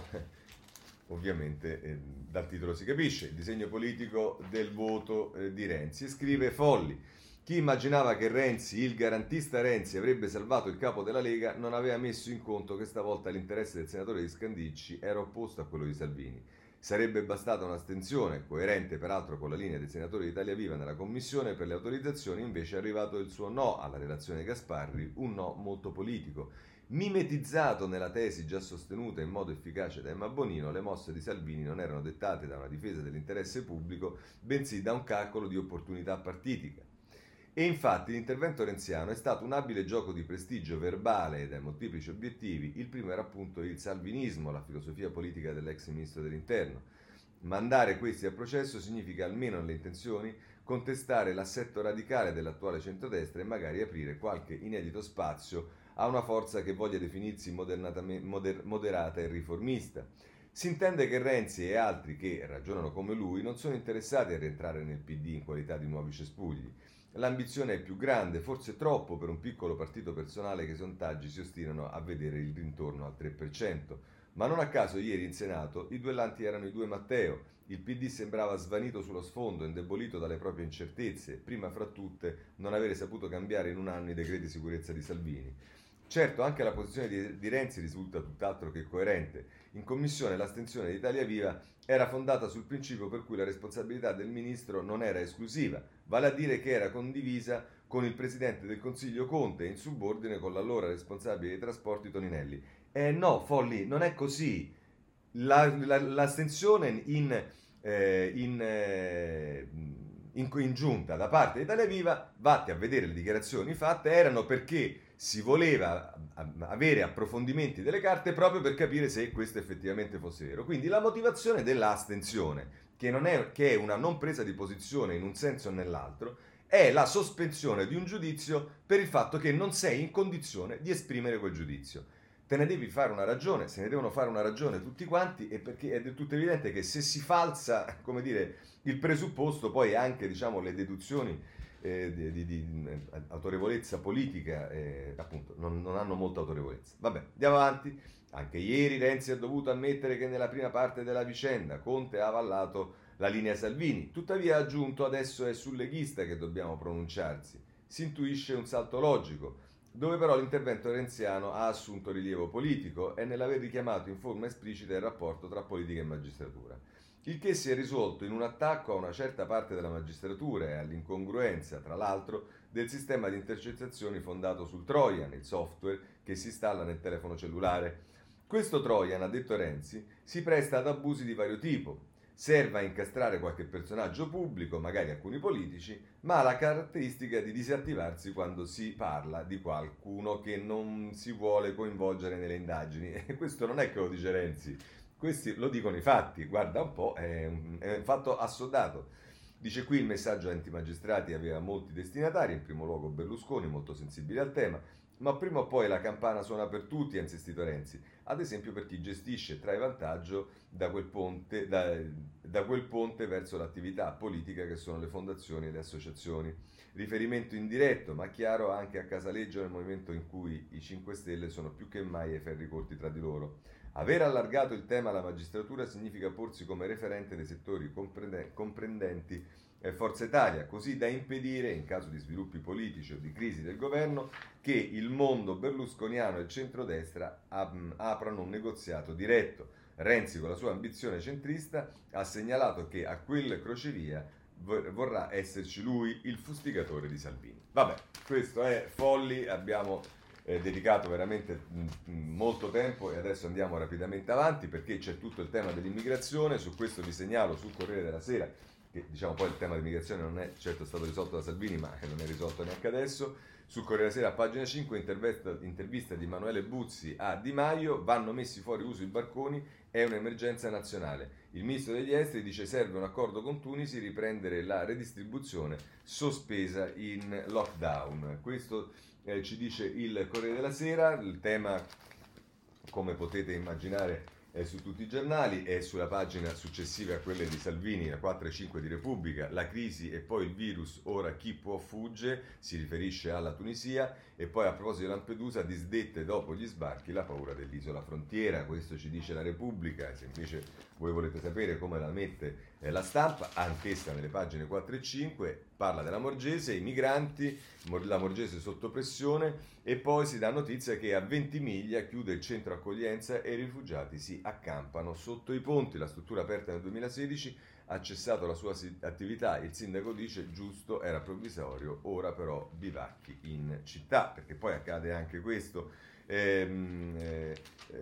ovviamente eh, dal titolo si capisce, il disegno politico del voto eh, di Renzi. Scrive Folli: chi immaginava che Renzi, il garantista Renzi, avrebbe salvato il capo della Lega non aveva messo in conto che stavolta l'interesse del senatore di Scandicci era opposto a quello di Salvini. Sarebbe bastata un'astensione, coerente peraltro con la linea dei senatori di Italia Viva nella commissione per le autorizzazioni, invece è arrivato il suo no alla relazione Gasparri, un no molto politico. Mimetizzato nella tesi già sostenuta in modo efficace da Emma Bonino, le mosse di Salvini non erano dettate da una difesa dell'interesse pubblico, bensì da un calcolo di opportunità partitica. E infatti l'intervento renziano è stato un abile gioco di prestigio verbale dai molteplici obiettivi. Il primo era appunto il salvinismo, la filosofia politica dell'ex ministro dell'interno. Mandare questi a processo significa, almeno nelle intenzioni, contestare l'assetto radicale dell'attuale centrodestra e magari aprire qualche inedito spazio a una forza che voglia definirsi moder- moderata e riformista. Si intende che Renzi e altri che ragionano come lui non sono interessati a rientrare nel P D in qualità di nuovi cespugli. L'ambizione è più grande, forse troppo per un piccolo partito personale che i sondaggi si ostinano a vedere il ritorno al tre per cento. Ma non a caso ieri in Senato i duellanti erano i due Matteo. Il P D sembrava svanito sullo sfondo, indebolito dalle proprie incertezze, prima fra tutte non avere saputo cambiare in un anno i decreti di sicurezza di Salvini. Certo, anche la posizione di, di Renzi risulta tutt'altro che coerente. In commissione l'astensione di Italia Viva era fondata sul principio per cui la responsabilità del ministro non era esclusiva, vale a dire che era condivisa con il presidente del Consiglio Conte e in subordine con l'allora responsabile dei trasporti Toninelli. Eh no, Folli, non è così. La, la, l'astensione in, eh, in, eh, in, in giunta da parte di Italia Viva, vatti a vedere le dichiarazioni fatte, erano perché si voleva avere approfondimenti delle carte proprio per capire se questo effettivamente fosse vero. Quindi la motivazione dell'astensione, che, non è, che è una non presa di posizione in un senso o nell'altro, è la sospensione di un giudizio per il fatto che non sei in condizione di esprimere quel giudizio. Te ne devi fare una ragione, se ne devono fare una ragione tutti quanti, e perché è del tutto evidente che se si falsa, come dire, il presupposto, poi anche, diciamo, le deduzioni Eh, di, di, di autorevolezza politica eh, appunto non, non hanno molta autorevolezza. Vabbè, andiamo avanti. Anche ieri Renzi ha dovuto ammettere che nella prima parte della vicenda Conte ha avallato la linea Salvini, tuttavia ha aggiunto: adesso è sul leghista che dobbiamo pronunciarsi. Si intuisce un salto logico. dove però l'intervento renziano ha assunto rilievo politico e nell'aver richiamato in forma esplicita il rapporto tra politica e magistratura. Il che si è risolto in un attacco a una certa parte della magistratura e all'incongruenza, tra l'altro, del sistema di intercettazioni fondato sul Trojan, il software che si installa nel telefono cellulare. Questo Trojan, ha detto Renzi, si presta ad abusi di vario tipo. Serve a incastrare qualche personaggio pubblico, magari alcuni politici, ma ha la caratteristica di disattivarsi quando si parla di qualcuno che non si vuole coinvolgere nelle indagini. E questo non è che lo dice Renzi, questi lo dicono i fatti. Guarda un po', è un, è un fatto assodato. Dice qui il messaggio antimagistrati aveva molti destinatari, in primo luogo Berlusconi, molto sensibile al tema, ma prima o poi la campana suona per tutti, ha insistito Renzi, ad esempio per chi gestisce e trae vantaggio da quel ponte, da, da quel ponte verso l'attività politica che sono le fondazioni e le associazioni. Riferimento indiretto, ma chiaro, anche a Casaleggio nel momento in cui i cinque Stelle sono più che mai ai ferri corti tra di loro. Aver allargato il tema alla magistratura significa porsi come referente dei settori comprende- comprendenti eh, Forza Italia, così da impedire, in caso di sviluppi politici o di crisi del governo, che il mondo berlusconiano e il centrodestra ap- aprano un negoziato diretto. Renzi, con la sua ambizione centrista, ha segnalato che a quel crocevia vor- vorrà esserci lui, il fustigatore di Salvini. Vabbè, questo è Folli, abbiamo eh, dedicato veramente mh, molto tempo e adesso andiamo rapidamente avanti perché c'è tutto il tema dell'immigrazione. Su questo vi segnalo sul Corriere della Sera che diciamo poi il tema dell'immigrazione non è certo stato risolto da Salvini, ma non è risolto neanche adesso. Sul Corriere della Sera, a pagina cinque, intervista, intervista di Emanuele Buzzi a Di Maio, vanno messi fuori uso i barconi, è un'emergenza nazionale. Il ministro degli esteri dice serve un accordo con Tunisi, riprendere la redistribuzione sospesa in lockdown. Questo eh, ci dice il Corriere della Sera, il tema, come potete immaginare, è su tutti i giornali, è sulla pagina successiva a quelle di Salvini, la quattro e cinque di Repubblica, la crisi e poi il virus, ora chi può fugge, si riferisce alla Tunisia, e poi a proposito di Lampedusa, disdette dopo gli sbarchi la paura dell'isola frontiera, questo ci dice la Repubblica. Se invece voi volete sapere come la mette eh, la Stampa, anch'essa nelle pagine quattro e cinque, parla della Morgese, i migranti, la Morgese sotto pressione, e poi si dà notizia che a Ventimiglia chiude il centro accoglienza e i rifugiati si accampano sotto i ponti. La struttura aperta nel duemilasedici ha cessato la sua attività, il sindaco dice giusto, era provvisorio, ora però bivacchi in città, perché poi accade anche questo, ehm, eh,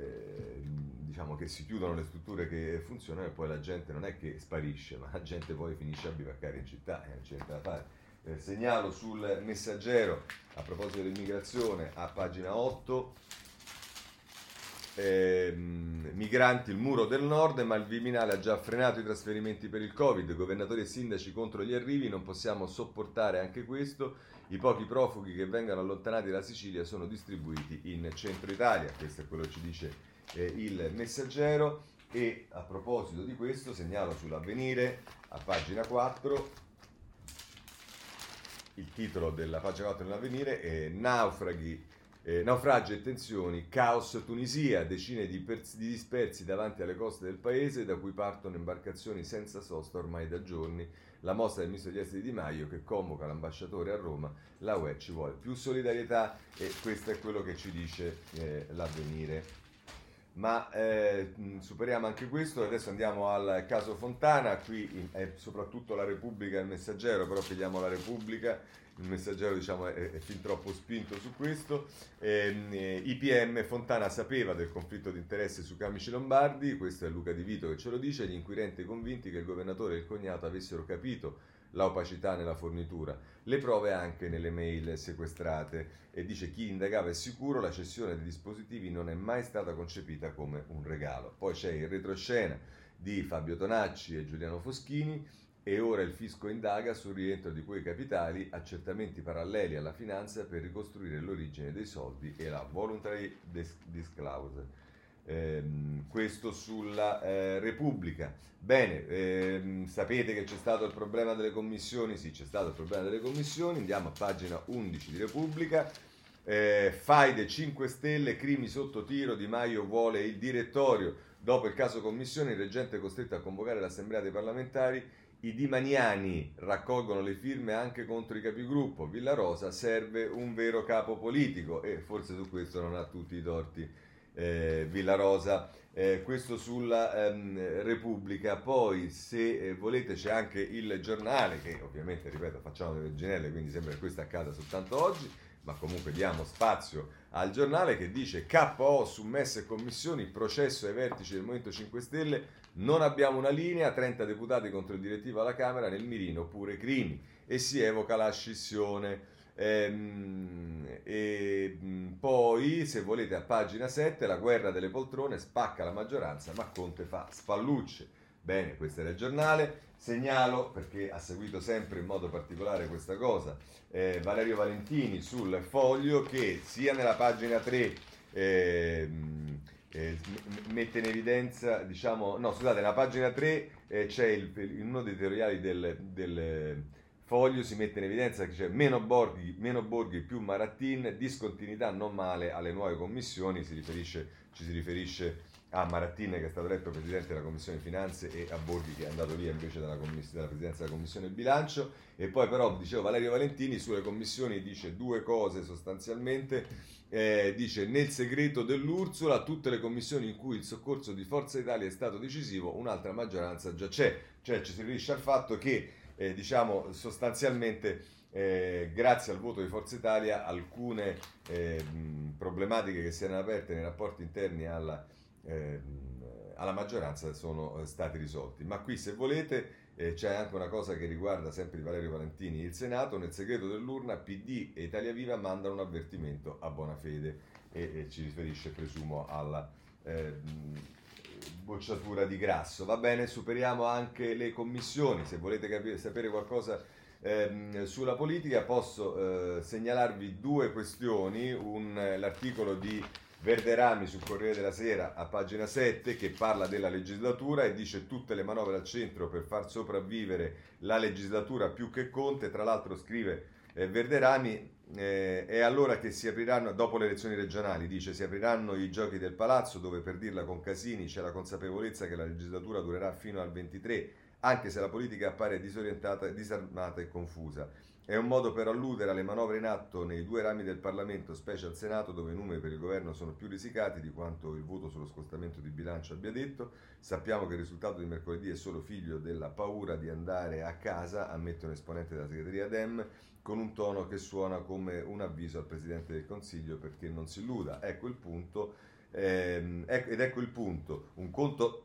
eh, diciamo che si chiudono le strutture che funzionano e poi la gente non è che sparisce, ma la gente poi finisce a bivaccare in città, e non c'è niente da fare. Eh, segnalo sul Messaggero, a proposito dell'immigrazione, a pagina otto, eh, migranti, il muro del nord, ma il Viminale ha già frenato i trasferimenti per il Covid, governatori e sindaci contro gli arrivi, non possiamo sopportare anche questo, i pochi profughi che vengono allontanati dalla Sicilia sono distribuiti in centro Italia, questo è quello che ci dice eh, il Messaggero. E a proposito di questo segnalo sull'Avvenire, a pagina quattro, il titolo della pagina quattro dell'Avvenire è Naufraghi, eh, naufragi e tensioni, caos Tunisia, decine di, pers- di dispersi davanti alle coste del paese da cui partono imbarcazioni senza sosta ormai da giorni. La mossa del ministro degli esteri Di Maio che convoca l'ambasciatore a Roma, la U E ci vuole più solidarietà e questo è quello che ci dice eh, l'Avvenire. Ma eh, superiamo anche questo, adesso andiamo al caso Fontana, qui è soprattutto la Repubblica e il Messaggero, però pigliamo la Repubblica, il Messaggero diciamo è, è fin troppo spinto su questo. Eh, I P M, Fontana sapeva del conflitto di interesse su Camici Lombardi, questo è Luca Di Vito che ce lo dice, gli inquirenti convinti che il governatore e il cognato avessero capito la opacità nella fornitura, le prove anche nelle mail sequestrate, e dice chi indagava è sicuro la cessione dei dispositivi non è mai stata concepita come un regalo. Poi c'è il retroscena di Fabio Tonacci e Giuliano Foschini e ora il fisco indaga sul rientro di quei capitali, accertamenti paralleli alla finanza per ricostruire l'origine dei soldi e la voluntary disclosure. Eh, questo sulla eh, Repubblica. Bene, ehm, sapete che c'è stato il problema delle commissioni? Sì, c'è stato il problema delle commissioni. Andiamo a pagina undici di Repubblica. Eh, Faide cinque Stelle, crimi sotto tiro, Di Maio vuole il direttorio. Dopo il caso Commissione, il reggente è costretto a convocare l'assemblea dei parlamentari. I dimaniani raccolgono le firme anche contro i capigruppo. Villarosa serve un vero capo politico, e forse su questo non ha tutti i torti eh, Villarosa. Eh, questo sulla ehm, Repubblica. Poi, se eh, volete, c'è anche il Giornale, che ovviamente, ripeto, facciamo le verginelle, quindi sembra che questo accada soltanto oggi, ma comunque diamo spazio al Giornale, che dice: K O su M E S e commissioni, processo ai vertici del Movimento cinque Stelle, non abbiamo una linea, trenta deputati contro il direttivo alla Camera, nel mirino pure Crimi, e si evoca la scissione. Ehm, e mh, poi, se volete, a pagina sette, la guerra delle poltrone, spacca la maggioranza, ma Conte fa spallucce. Bene, questo era il Giornale. Segnalo, perché ha seguito sempre in modo particolare questa cosa, eh, Valerio Valentini sul Foglio, che sia nella pagina tre eh, eh, mette in evidenza, diciamo, no scusate, nella pagina tre eh, c'è il, in uno dei editoriali del, del Foglio, si mette in evidenza che c'è meno Borghi, meno Borghi più Marattin, discontinuità non male alle nuove commissioni, si riferisce, ci si riferisce a Marattin, che è stato eletto presidente della Commissione Finanze, e a Borghi, che è andato via invece dalla, commiss- dalla presidenza della Commissione Bilancio. E poi però, dicevo, Valerio Valentini sulle commissioni dice due cose sostanzialmente. Eh, dice: nel segreto dell'Ursula, tutte le commissioni in cui il soccorso di Forza Italia è stato decisivo, un'altra maggioranza già c'è. Cioè ci si riferisce al fatto che eh, diciamo sostanzialmente eh, grazie al voto di Forza Italia alcune eh, mh, problematiche che si erano aperte nei rapporti interni alla Eh, alla maggioranza sono stati risolti. Ma qui, se volete, eh, c'è anche una cosa che riguarda sempre di Valerio Valentini: il Senato, nel segreto dell'urna, P D e Italia Viva mandano un avvertimento a Bonafede, e, e ci riferisce, presumo, alla eh, bocciatura di Grasso. Va bene, superiamo anche le commissioni. Se volete capire, sapere qualcosa ehm, sulla politica, posso eh, segnalarvi due questioni. Un, l'articolo di Verderami sul Corriere della Sera a pagina sette, che parla della legislatura e dice: tutte le manovre al centro per far sopravvivere la legislatura più che Conte. Tra l'altro, scrive eh, Verderami, eh, è allora che si apriranno, dopo le elezioni regionali, dice, si apriranno i giochi del palazzo, dove, per dirla con Casini, c'è la consapevolezza che la legislatura durerà fino al ventitré, anche se la politica appare disorientata, disarmata e confusa. È un modo per alludere alle manovre in atto nei due rami del Parlamento, specie al Senato, dove i numeri per il governo sono più risicati di quanto il voto sullo scostamento di bilancio abbia detto. Sappiamo che il risultato di mercoledì è solo figlio della paura di andare a casa, ammette un esponente della segreteria Dem, con un tono che suona come un avviso al Presidente del Consiglio perché non si illuda. Ecco il punto, ehm, ecco, ed ecco il punto. Un conto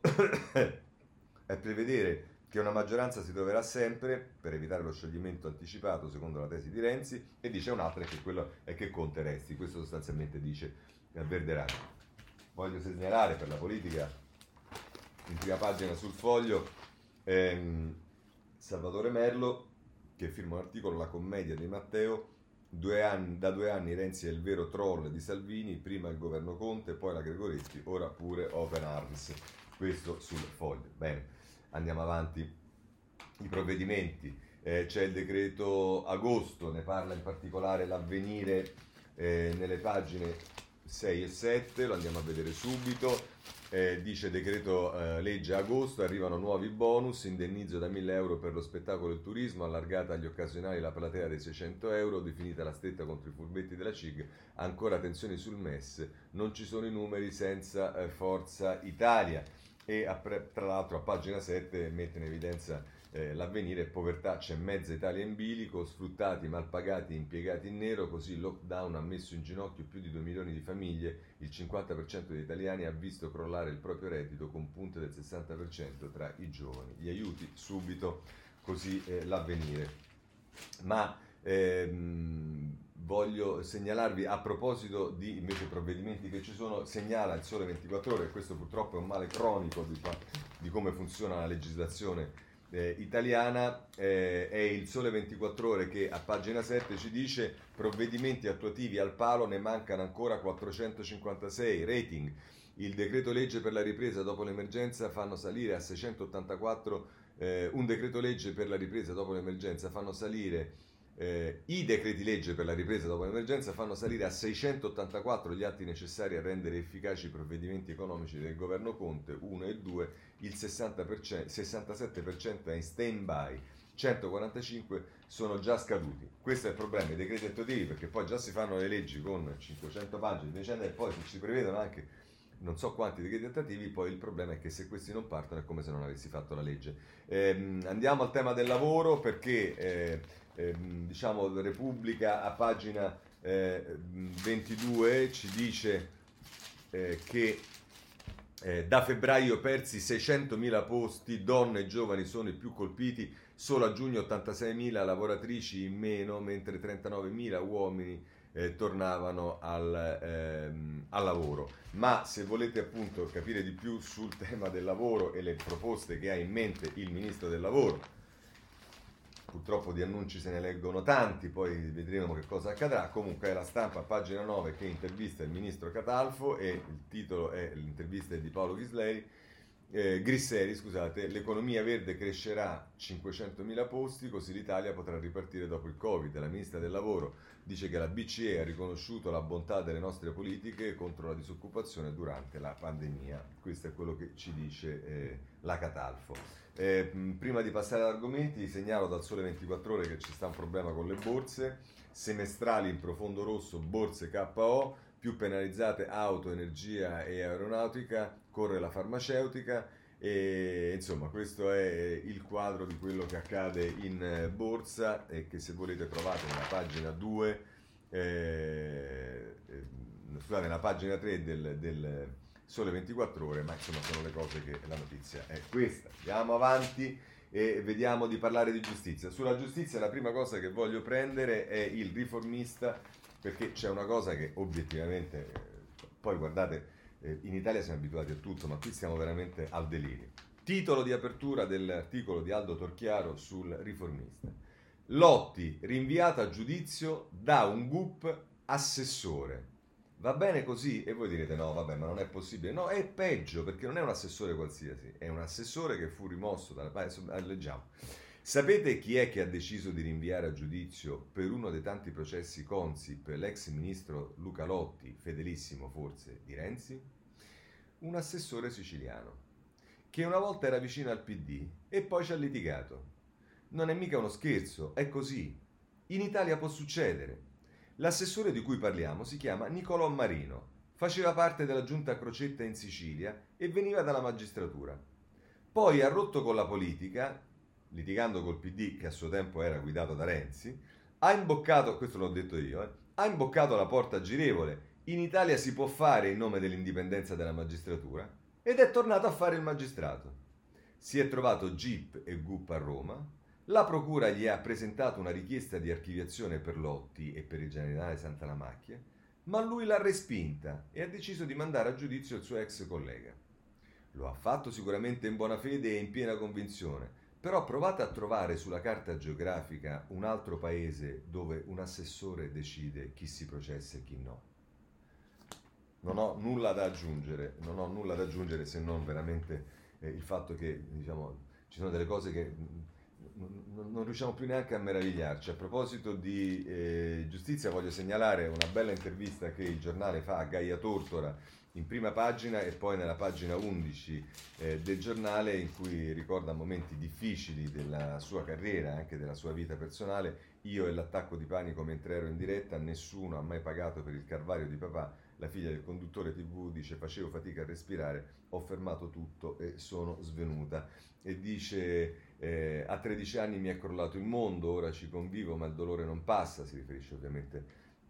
è prevedere che una maggioranza si troverà sempre per evitare lo scioglimento anticipato, secondo la tesi di Renzi, e dice un'altra è che quello è che Conte resti. Questo sostanzialmente dice Verderani. Voglio segnalare per la politica, in prima pagina sul Foglio, ehm, Salvatore Merlo, che firma un articolo, La commedia di Matteo. Due anni, da due anni Renzi è il vero troll di Salvini, prima il governo Conte, poi la Gregoretti, ora pure Open Arms. Questo sul Foglio. Bene. Andiamo avanti, i provvedimenti, eh, c'è il decreto agosto, ne parla in particolare l'Avvenire eh, nelle pagine sei e sette, lo andiamo a vedere subito. Eh, dice decreto eh, legge agosto, arrivano nuovi bonus, indennizzo da mille euro per lo spettacolo e il turismo, allargata agli occasionali la platea dei seicento euro, definita la stretta contro i furbetti della C I G, ancora tensioni sul M E S, non ci sono i numeri senza eh, Forza Italia. E a, tra l'altro a pagina sette mette in evidenza eh, l'Avvenire: povertà, c'è mezza Italia in bilico, sfruttati, mal pagati, impiegati in nero, così il lockdown ha messo in ginocchio più di due milioni di famiglie, il cinquanta per cento degli italiani ha visto crollare il proprio reddito, con punte del sessanta per cento tra i giovani, gli aiuti subito, così eh, l'Avvenire. Ma ehm, voglio segnalarvi, a proposito di invece provvedimenti che ci sono, segnala il Sole ventiquattro Ore, e questo purtroppo è un male cronico di, di come funziona la legislazione eh, italiana, eh, è il Sole ventiquattro Ore che a pagina sette ci dice: provvedimenti attuativi al palo, ne mancano ancora quattrocentocinquantasei, rating, il decreto legge per la ripresa dopo l'emergenza fanno salire a seicentottantaquattro, eh, un decreto legge per la ripresa dopo l'emergenza fanno salire Eh, I decreti legge per la ripresa dopo l'emergenza fanno salire a seicentottantaquattro gli atti necessari a rendere efficaci i provvedimenti economici del governo Conte uno e due, il sessanta per cento, sessantasette per cento è in stand-by, centoquarantacinque sono già scaduti. Questo è il problema, i decreti attuativi, perché poi già si fanno le leggi con cinquecento pagine, e poi si prevedono anche non so quanti decreti attuativi, poi il problema è che se questi non partono è come se non avessi fatto la legge. Eh, andiamo al tema del lavoro, perché eh, eh, diciamo Repubblica a pagina eh, ventidue ci dice eh, che eh, da febbraio persi seicentomila posti, donne e giovani sono i più colpiti, solo a giugno ottantaseimila lavoratrici in meno, mentre trentanovemila uomini eh, tornavano al, ehm, al lavoro. Ma se volete appunto capire di più sul tema del lavoro e le proposte che ha in mente il ministro del lavoro, purtroppo di annunci se ne leggono tanti, poi vedremo che cosa accadrà. Comunque è la Stampa, pagina nove, che intervista il ministro Catalfo, e il titolo è l'intervista di Paolo Ghisleri, eh, Grisseri, scusate, l'economia verde crescerà cinquecentomila posti, così l'Italia potrà ripartire dopo il Covid. La ministra del lavoro dice che la B C E ha riconosciuto la bontà delle nostre politiche contro la disoccupazione durante la pandemia. Questo è quello che ci dice eh, la Catalfo. Eh, prima di passare ad argomenti, segnalo dal Sole ventiquattro Ore che ci sta un problema con le borse semestrali in profondo rosso, borse K O, più penalizzate auto, energia e aeronautica, corre la farmaceutica, e insomma questo è il quadro di quello che accade in borsa, e che se volete trovate nella pagina due, eh, scusate, nella pagina tre del, del Sole ventiquattro Ore, ma insomma sono le cose che la notizia è questa. Andiamo avanti e vediamo di parlare di giustizia. Sulla giustizia la prima cosa che voglio prendere è il Riformista, perché c'è una cosa che obiettivamente, poi guardate, in Italia siamo abituati a tutto, ma qui stiamo veramente al delirio. Titolo di apertura dell'articolo di Aldo Torchiaro sul Riformista: Lotti rinviato a giudizio da un G U P assessore. Va bene così? E voi direte no, vabbè, ma non è possibile. No, è peggio, perché non è un assessore qualsiasi, è un assessore che fu rimosso dalla... Leggiamo. Sapete chi è che ha deciso di rinviare a giudizio per uno dei tanti processi Consip l'ex ministro Luca Lotti, fedelissimo forse di Renzi? Un assessore siciliano, che una volta era vicino al P D e poi ci ha litigato. Non è mica uno scherzo, è così. In Italia può succedere. L'assessore di cui parliamo si chiama Nicolò Marino, faceva parte della giunta Crocetta in Sicilia e veniva dalla magistratura. Poi ha rotto con la politica, litigando col P D che a suo tempo era guidato da Renzi, ha imboccato, questo l'ho detto io, eh, ha imboccato la porta girevole. In Italia si può fare in nome dell'indipendenza della magistratura, ed è tornato a fare il magistrato. Si è trovato G I P e G U P a Roma, la procura gli ha presentato una richiesta di archiviazione per Lotti e per il generale Santalamacchia, ma lui l'ha respinta e ha deciso di mandare a giudizio il suo ex collega. Lo ha fatto sicuramente in buona fede e in piena convinzione, però provate a trovare sulla carta geografica un altro paese dove un assessore decide chi si processa e chi no. Non ho nulla da aggiungere, non ho nulla da aggiungere se non veramente eh, il fatto che, diciamo, ci sono delle cose che non, non riusciamo più neanche a meravigliarci. A proposito di eh, giustizia, voglio segnalare una bella intervista che il giornale fa a Gaia Tortora in prima pagina e poi nella pagina undici eh, del giornale, in cui ricorda momenti difficili della sua carriera, anche della sua vita personale. Io e l'attacco di panico mentre ero in diretta, nessuno ha mai pagato per il calvario di papà. La figlia del conduttore tivù dice: facevo fatica a respirare, ho fermato tutto e sono svenuta. E dice eh, a tredici anni mi è crollato il mondo, ora ci convivo ma il dolore non passa. Si riferisce ovviamente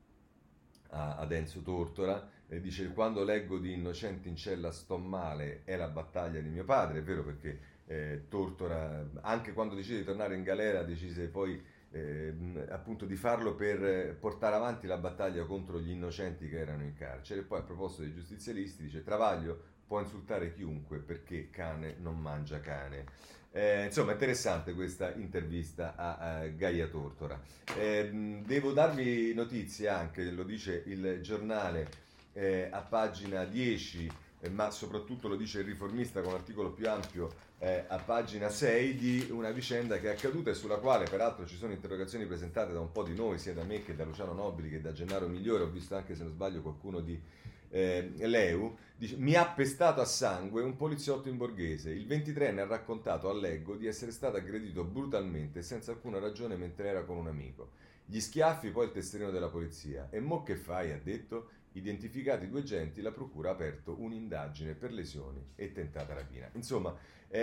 a, ad Enzo Tortora. E dice: quando leggo di innocenti in cella sto male, è la battaglia di mio padre. È vero, perché eh, Tortora, anche quando decise di tornare in galera, decise poi Eh, appunto di farlo per portare avanti la battaglia contro gli innocenti che erano in carcere. E poi, a proposito dei giustizialisti, dice: Travaglio può insultare chiunque perché cane non mangia cane. Eh, insomma, interessante questa intervista a, a Gaia Tortora. Eh, devo darvi notizie anche, lo dice il giornale eh, a pagina dieci, eh, ma soprattutto lo dice il Riformista con un articolo più ampio eh, a pagina sei, di una vicenda che è accaduta e sulla quale peraltro ci sono interrogazioni presentate da un po' di noi, sia da me che da Luciano Nobili che da Gennaro Migliore. Ho visto anche, se non sbaglio, qualcuno di eh, Leu. Dice: mi ha pestato a sangue un poliziotto in Borghese. Il ventitreenne ha raccontato a Leggo di essere stato aggredito brutalmente senza alcuna ragione mentre era con un amico. Gli schiaffi, poi il tesserino della polizia. E mo che fai? Ha detto. Identificati due agenti, la procura ha aperto un'indagine per lesioni e tentata rapina. Insomma,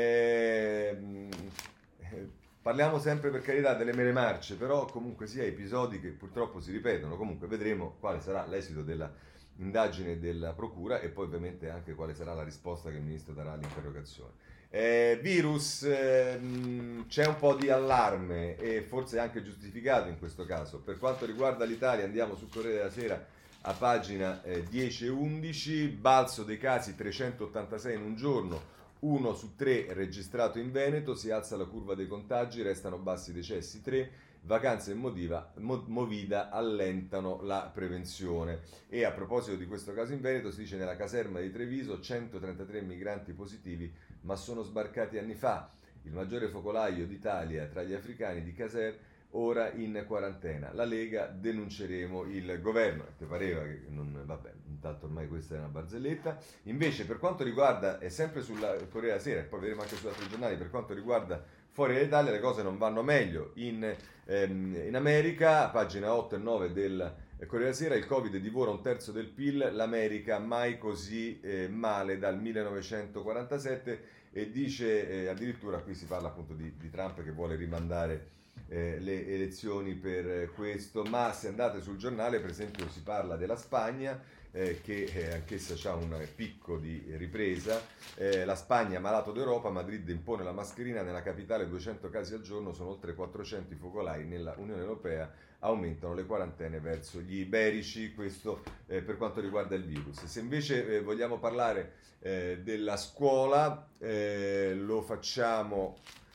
ehm, eh, parliamo sempre, per carità, delle mere marce, però comunque sia episodi che purtroppo si ripetono. Comunque vedremo quale sarà l'esito della indagine della procura e poi ovviamente anche quale sarà la risposta che il ministro darà all'interrogazione. Eh, virus, ehm, c'è un po' di allarme e forse anche giustificato in questo caso. Per quanto riguarda l'Italia, andiamo sul Corriere della Sera a pagina eh, dieci e undici, balzo dei casi trecentottantasei in un giorno, uno su tre registrato in Veneto, si alza la curva dei contagi, restano bassi i decessi, tre, vacanze e Modiva, Mo, Movida allentano la prevenzione. E a proposito di questo caso in Veneto, si dice: nella caserma di Treviso centotrentatré migranti positivi, ma sono sbarcati anni fa, il maggiore focolaio d'Italia tra gli africani di Caser, ora in quarantena. La Lega, denunceremo il governo. Ti pareva che non, vabbè, intanto ormai questa è una barzelletta. Invece, per quanto riguarda, è sempre sulla Corriere della Sera e poi vedremo anche su altri giornali, per quanto riguarda fuori dall'Italia le cose non vanno meglio. In, ehm, in America, pagina otto e nove del Corriere della Sera, il Covid divora un terzo del P I L, l'America mai così eh, male dal millenovecentoquarantasette, e dice, eh, addirittura qui si parla appunto di, di Trump che vuole rimandare Eh, le elezioni per eh, questo, ma se andate sul giornale per esempio si parla della Spagna eh, che eh, anch'essa ha un picco di ripresa, eh, la Spagna malato d'Europa, Madrid impone la mascherina, nella capitale duecento casi al giorno, sono oltre quattrocento i focolai, nella Unione Europea aumentano le quarantene verso gli iberici. Questo eh, per quanto riguarda il virus. Se invece eh, vogliamo parlare eh, della scuola, eh, lo facciamo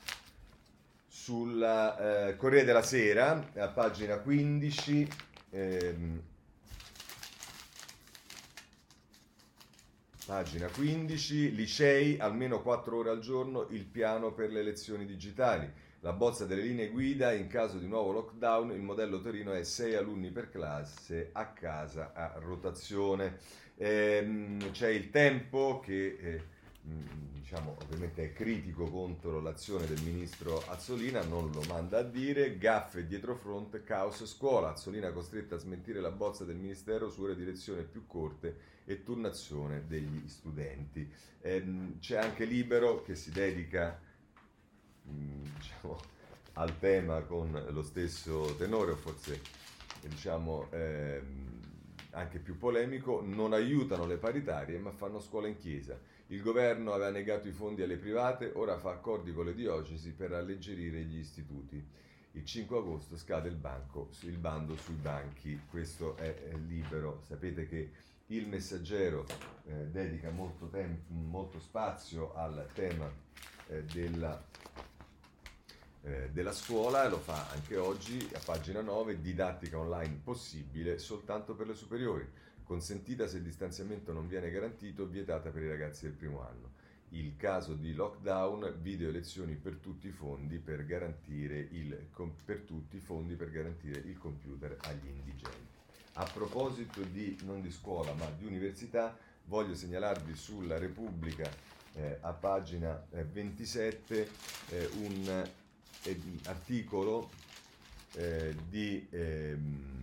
sulla eh, Corriere della Sera, a pagina quindici, ehm, pagina quindici, licei, almeno quattro ore al giorno, il piano per le lezioni digitali. La bozza delle linee guida, in caso di nuovo lockdown, il modello Torino è sei alunni per classe a casa a rotazione. Ehm, c'è il Tempo che... Eh, diciamo ovviamente è critico contro l'azione del ministro Azzolina, non lo manda a dire. Gaffe dietro front, caos scuola, Azzolina costretta a smentire la bozza del ministero su ore di lezione più corte e turnazione degli studenti. Ehm, c'è anche Libero che si dedica mh, diciamo, al tema con lo stesso tenore, o forse diciamo ehm, anche più polemico: non aiutano le paritarie ma fanno scuola in chiesa. Il governo aveva negato i fondi alle private, ora fa accordi con le diocesi per alleggerire gli istituti. Il cinque agosto scade il, banco, il bando sui banchi. Questo è, è Libero. Sapete che il Messaggero eh, dedica molto, tempo, molto spazio al tema eh, della, eh, della scuola, e lo fa anche oggi a pagina nove: didattica online possibile soltanto per le superiori. Consentita se il distanziamento non viene garantito, vietata per i ragazzi del primo anno. Il caso di lockdown, video lezioni per tutti i fondi per garantire il, per tutti i fondi per garantire il computer agli indigenti. A proposito di, non di scuola, ma di università, voglio segnalarvi sulla Repubblica, eh, a pagina eh, ventisette, eh, un eh, articolo eh, di... Ehm,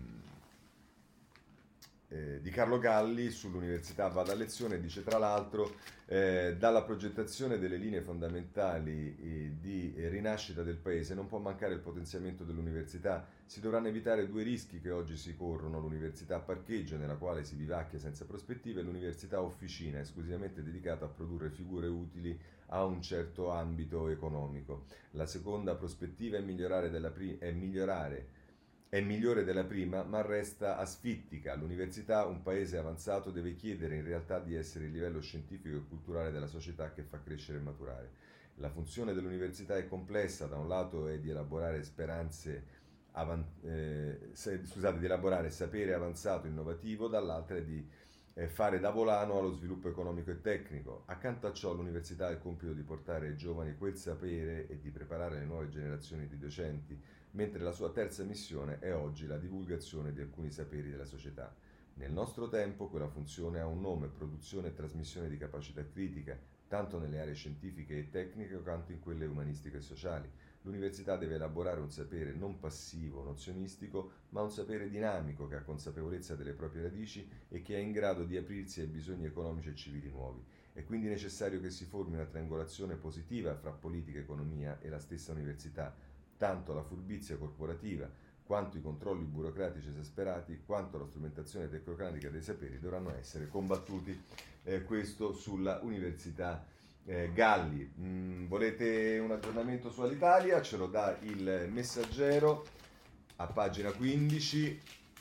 Eh, di Carlo Galli sull'università Vada a lezione. Dice tra l'altro eh, dalla progettazione delle linee fondamentali eh, di eh, rinascita del paese non può mancare il potenziamento dell'università. Si dovranno evitare due rischi che oggi si corrono: l'università parcheggio nella quale si vivacchia senza prospettive e l'università officina esclusivamente dedicata a produrre figure utili a un certo ambito economico. La seconda prospettiva è migliorare, della pri- è migliorare È migliore della prima, ma resta asfittica. L'università, un paese avanzato, deve chiedere in realtà di essere il livello scientifico e culturale della società che fa crescere e maturare. La funzione dell'università è complessa: da un lato è di elaborare speranze avan- eh, se, scusate, di elaborare sapere avanzato innovativo, dall'altro è di eh, fare da volano allo sviluppo economico e tecnico. Accanto a ciò l'università ha il compito di portare ai giovani quel sapere e di preparare le nuove generazioni di docenti, mentre la sua terza missione è oggi la divulgazione di alcuni saperi della società. Nel nostro tempo quella funzione ha un nome: produzione e trasmissione di capacità critica, tanto nelle aree scientifiche e tecniche quanto in quelle umanistiche e sociali. L'università deve elaborare un sapere non passivo, nozionistico, ma un sapere dinamico che ha consapevolezza delle proprie radici e che è in grado di aprirsi ai bisogni economici e civili nuovi. È quindi necessario che si formi una triangolazione positiva fra politica, economia e la stessa università. Tanto la furbizia corporativa, quanto i controlli burocratici esasperati, quanto la strumentazione tecnocratica dei saperi dovranno essere combattuti. Eh, questo sulla università eh, Galli. Mm, volete un aggiornamento su Alitalia? Ce lo dà il Messaggero a pagina quindici.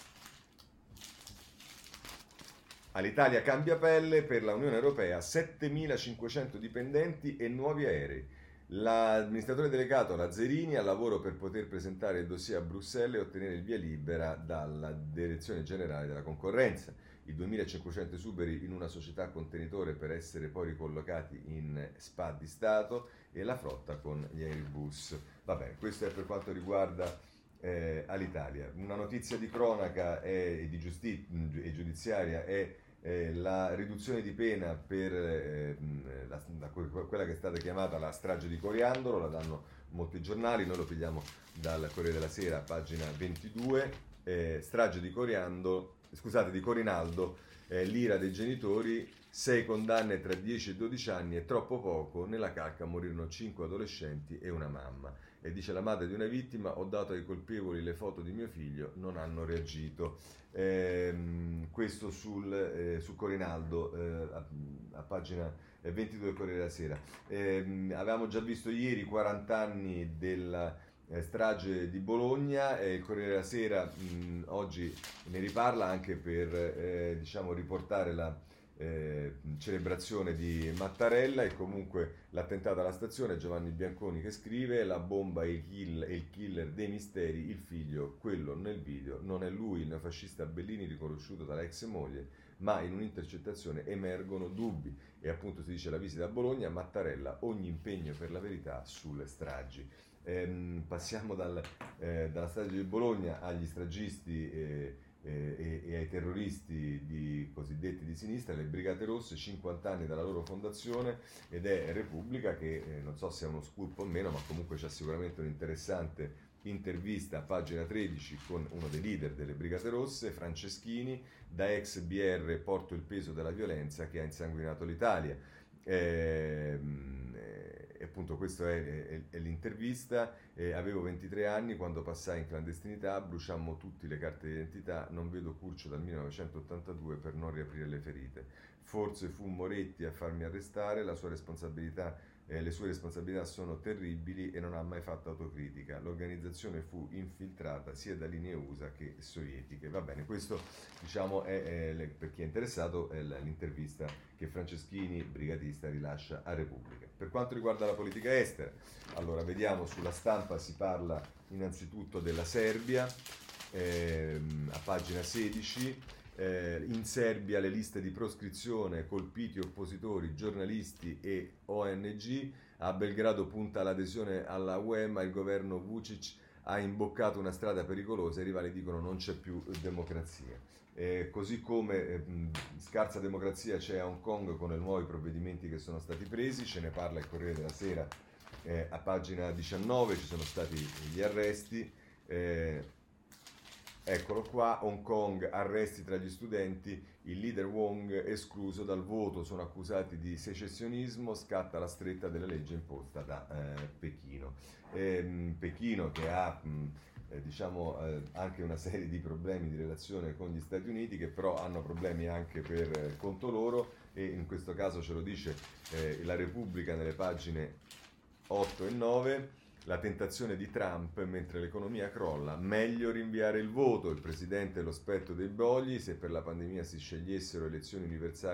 All'Italia cambia pelle, per la Unione Europea settemilacinquecento dipendenti e nuovi aerei. L'amministratore delegato Lazzarini al lavoro per poter presentare il dossier a Bruxelles e ottenere il via libera dalla Direzione Generale della Concorrenza. I duemilacinquecento esuberi in una società contenitore per essere poi ricollocati in S P A di Stato e la flotta con gli Airbus. Va bene, questo è per quanto riguarda eh, all'Italia. Una notizia di cronaca e di giusti- e giudiziaria è eh, la riduzione di pena per eh, la, la, quella che è stata chiamata la strage di Coriandolo. La danno molti giornali, noi lo pigliamo dal Corriere della Sera, pagina ventidue. Eh, strage di Coriandolo, scusate, di Corinaldo, eh, l'ira dei genitori, sei condanne tra dieci e dodici anni è troppo poco, nella calca morirono cinque adolescenti e una mamma. E dice la madre di una vittima: ho dato ai colpevoli le foto di mio figlio, non hanno reagito. Ehm, questo sul, eh, su Corinaldo, eh, a, a pagina ventidue del Corriere della Sera. Ehm, avevamo già visto ieri quaranta anni della eh, strage di Bologna, e il Corriere della Sera mh, oggi ne riparla anche per eh, diciamo riportare la eh, celebrazione di Mattarella. E comunque l'attentato alla stazione, Giovanni Bianconi che scrive: la bomba e il, kill, e il killer dei misteri, il figlio, quello nel video, non è lui il neofascista Bellini riconosciuto dalla ex moglie, ma in un'intercettazione emergono dubbi. E appunto si dice: la visita a Bologna, Mattarella, ogni impegno per la verità sulle stragi. Ehm, passiamo dal, eh, dalla strage di Bologna agli stragisti eh, eh, e, e ai terroristi di, cosiddetti di sinistra, le Brigate Rosse, cinquanta anni dalla loro fondazione, ed è Repubblica che eh, non so se è uno scoop o meno, ma comunque c'è sicuramente un'interessante intervista a pagina tredici con uno dei leader delle Brigate Rosse, Franceschini: da ex B R porto il peso della violenza che ha insanguinato l'Italia. Ehm, E appunto questa è, è, è l'intervista. Eh, avevo ventitré anni quando passai in clandestinità, bruciammo tutte le carte d'identità, non vedo Curcio dal millenovecentottantadue per non riaprire le ferite. Forse fu Moretti a farmi arrestare, la sua responsabilità, eh, le sue responsabilità sono terribili e non ha mai fatto autocritica. L'organizzazione fu infiltrata sia da linee U S A che sovietiche. Va bene, questo diciamo è, è per chi è interessato è l'intervista che Franceschini, brigatista, rilascia a Repubblica. Per quanto riguarda la politica estera, allora vediamo sulla stampa, si parla innanzitutto della Serbia, ehm, a pagina sedici. Eh, in Serbia le liste di proscrizione, colpiti oppositori, giornalisti e O N G. A Belgrado punta l'adesione alla U E, ma il governo Vučić ha imboccato una strada pericolosa, i rivali dicono non c'è più democrazia. Eh, così come eh, scarsa democrazia c'è a Hong Kong con i nuovi provvedimenti che sono stati presi, ce ne parla il Corriere della Sera eh, a pagina diciannove, ci sono stati gli arresti. Eh, Eccolo qua, Hong Kong, arresti tra gli studenti, il leader Wong escluso dal voto, sono accusati di secessionismo, scatta la stretta della legge imposta da eh, Pechino. E, Pechino che ha mh, eh, diciamo eh, anche una serie di problemi di relazione con gli Stati Uniti, che però hanno problemi anche per eh, conto loro, e in questo caso ce lo dice eh, la Repubblica nelle pagine otto e nove. La tentazione di Trump mentre l'economia crolla, meglio rinviare il voto, il presidente è lo spettro dei brogli, se per la pandemia si scegliessero elezioni universali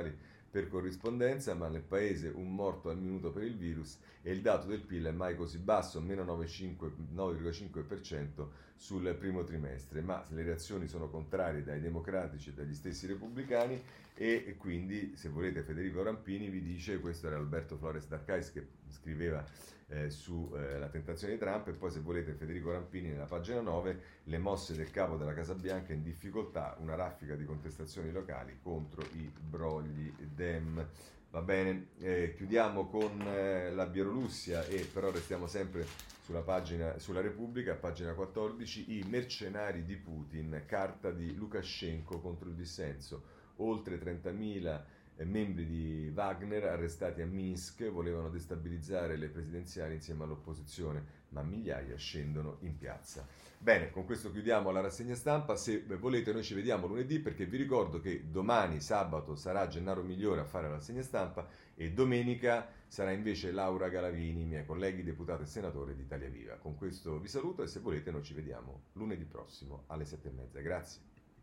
per corrispondenza, ma nel paese un morto al minuto per il virus e il dato del P I L è mai così basso, meno nove virgola cinque per cento sul primo trimestre, ma le reazioni sono contrarie dai democratici e dagli stessi repubblicani e quindi, se volete, Federico Rampini vi dice, questo era Alberto Flores d'Arcais che scriveva eh, sulla eh, tentazione di Trump, e poi se volete Federico Rampini nella pagina nove, le mosse del capo della Casa Bianca in difficoltà, una raffica di contestazioni locali contro i brogli Dem. Va bene, eh, chiudiamo con eh, la Bielorussia e però restiamo sempre sulla pagina, sulla Repubblica, pagina quattordici, i mercenari di Putin, carta di Lukashenko contro il dissenso, oltre trentamila eh, membri di Wagner arrestati a Minsk, volevano destabilizzare le presidenziali insieme all'opposizione, ma migliaia scendono in piazza. Bene, con questo chiudiamo la rassegna stampa. Se volete noi ci vediamo lunedì, perché vi ricordo che domani sabato sarà Gennaro Migliore a fare la rassegna stampa e domenica sarà invece Laura Galavini, miei colleghi deputato e senatore di Italia Viva. Con questo vi saluto e se volete noi ci vediamo lunedì prossimo alle sette e mezza. Grazie.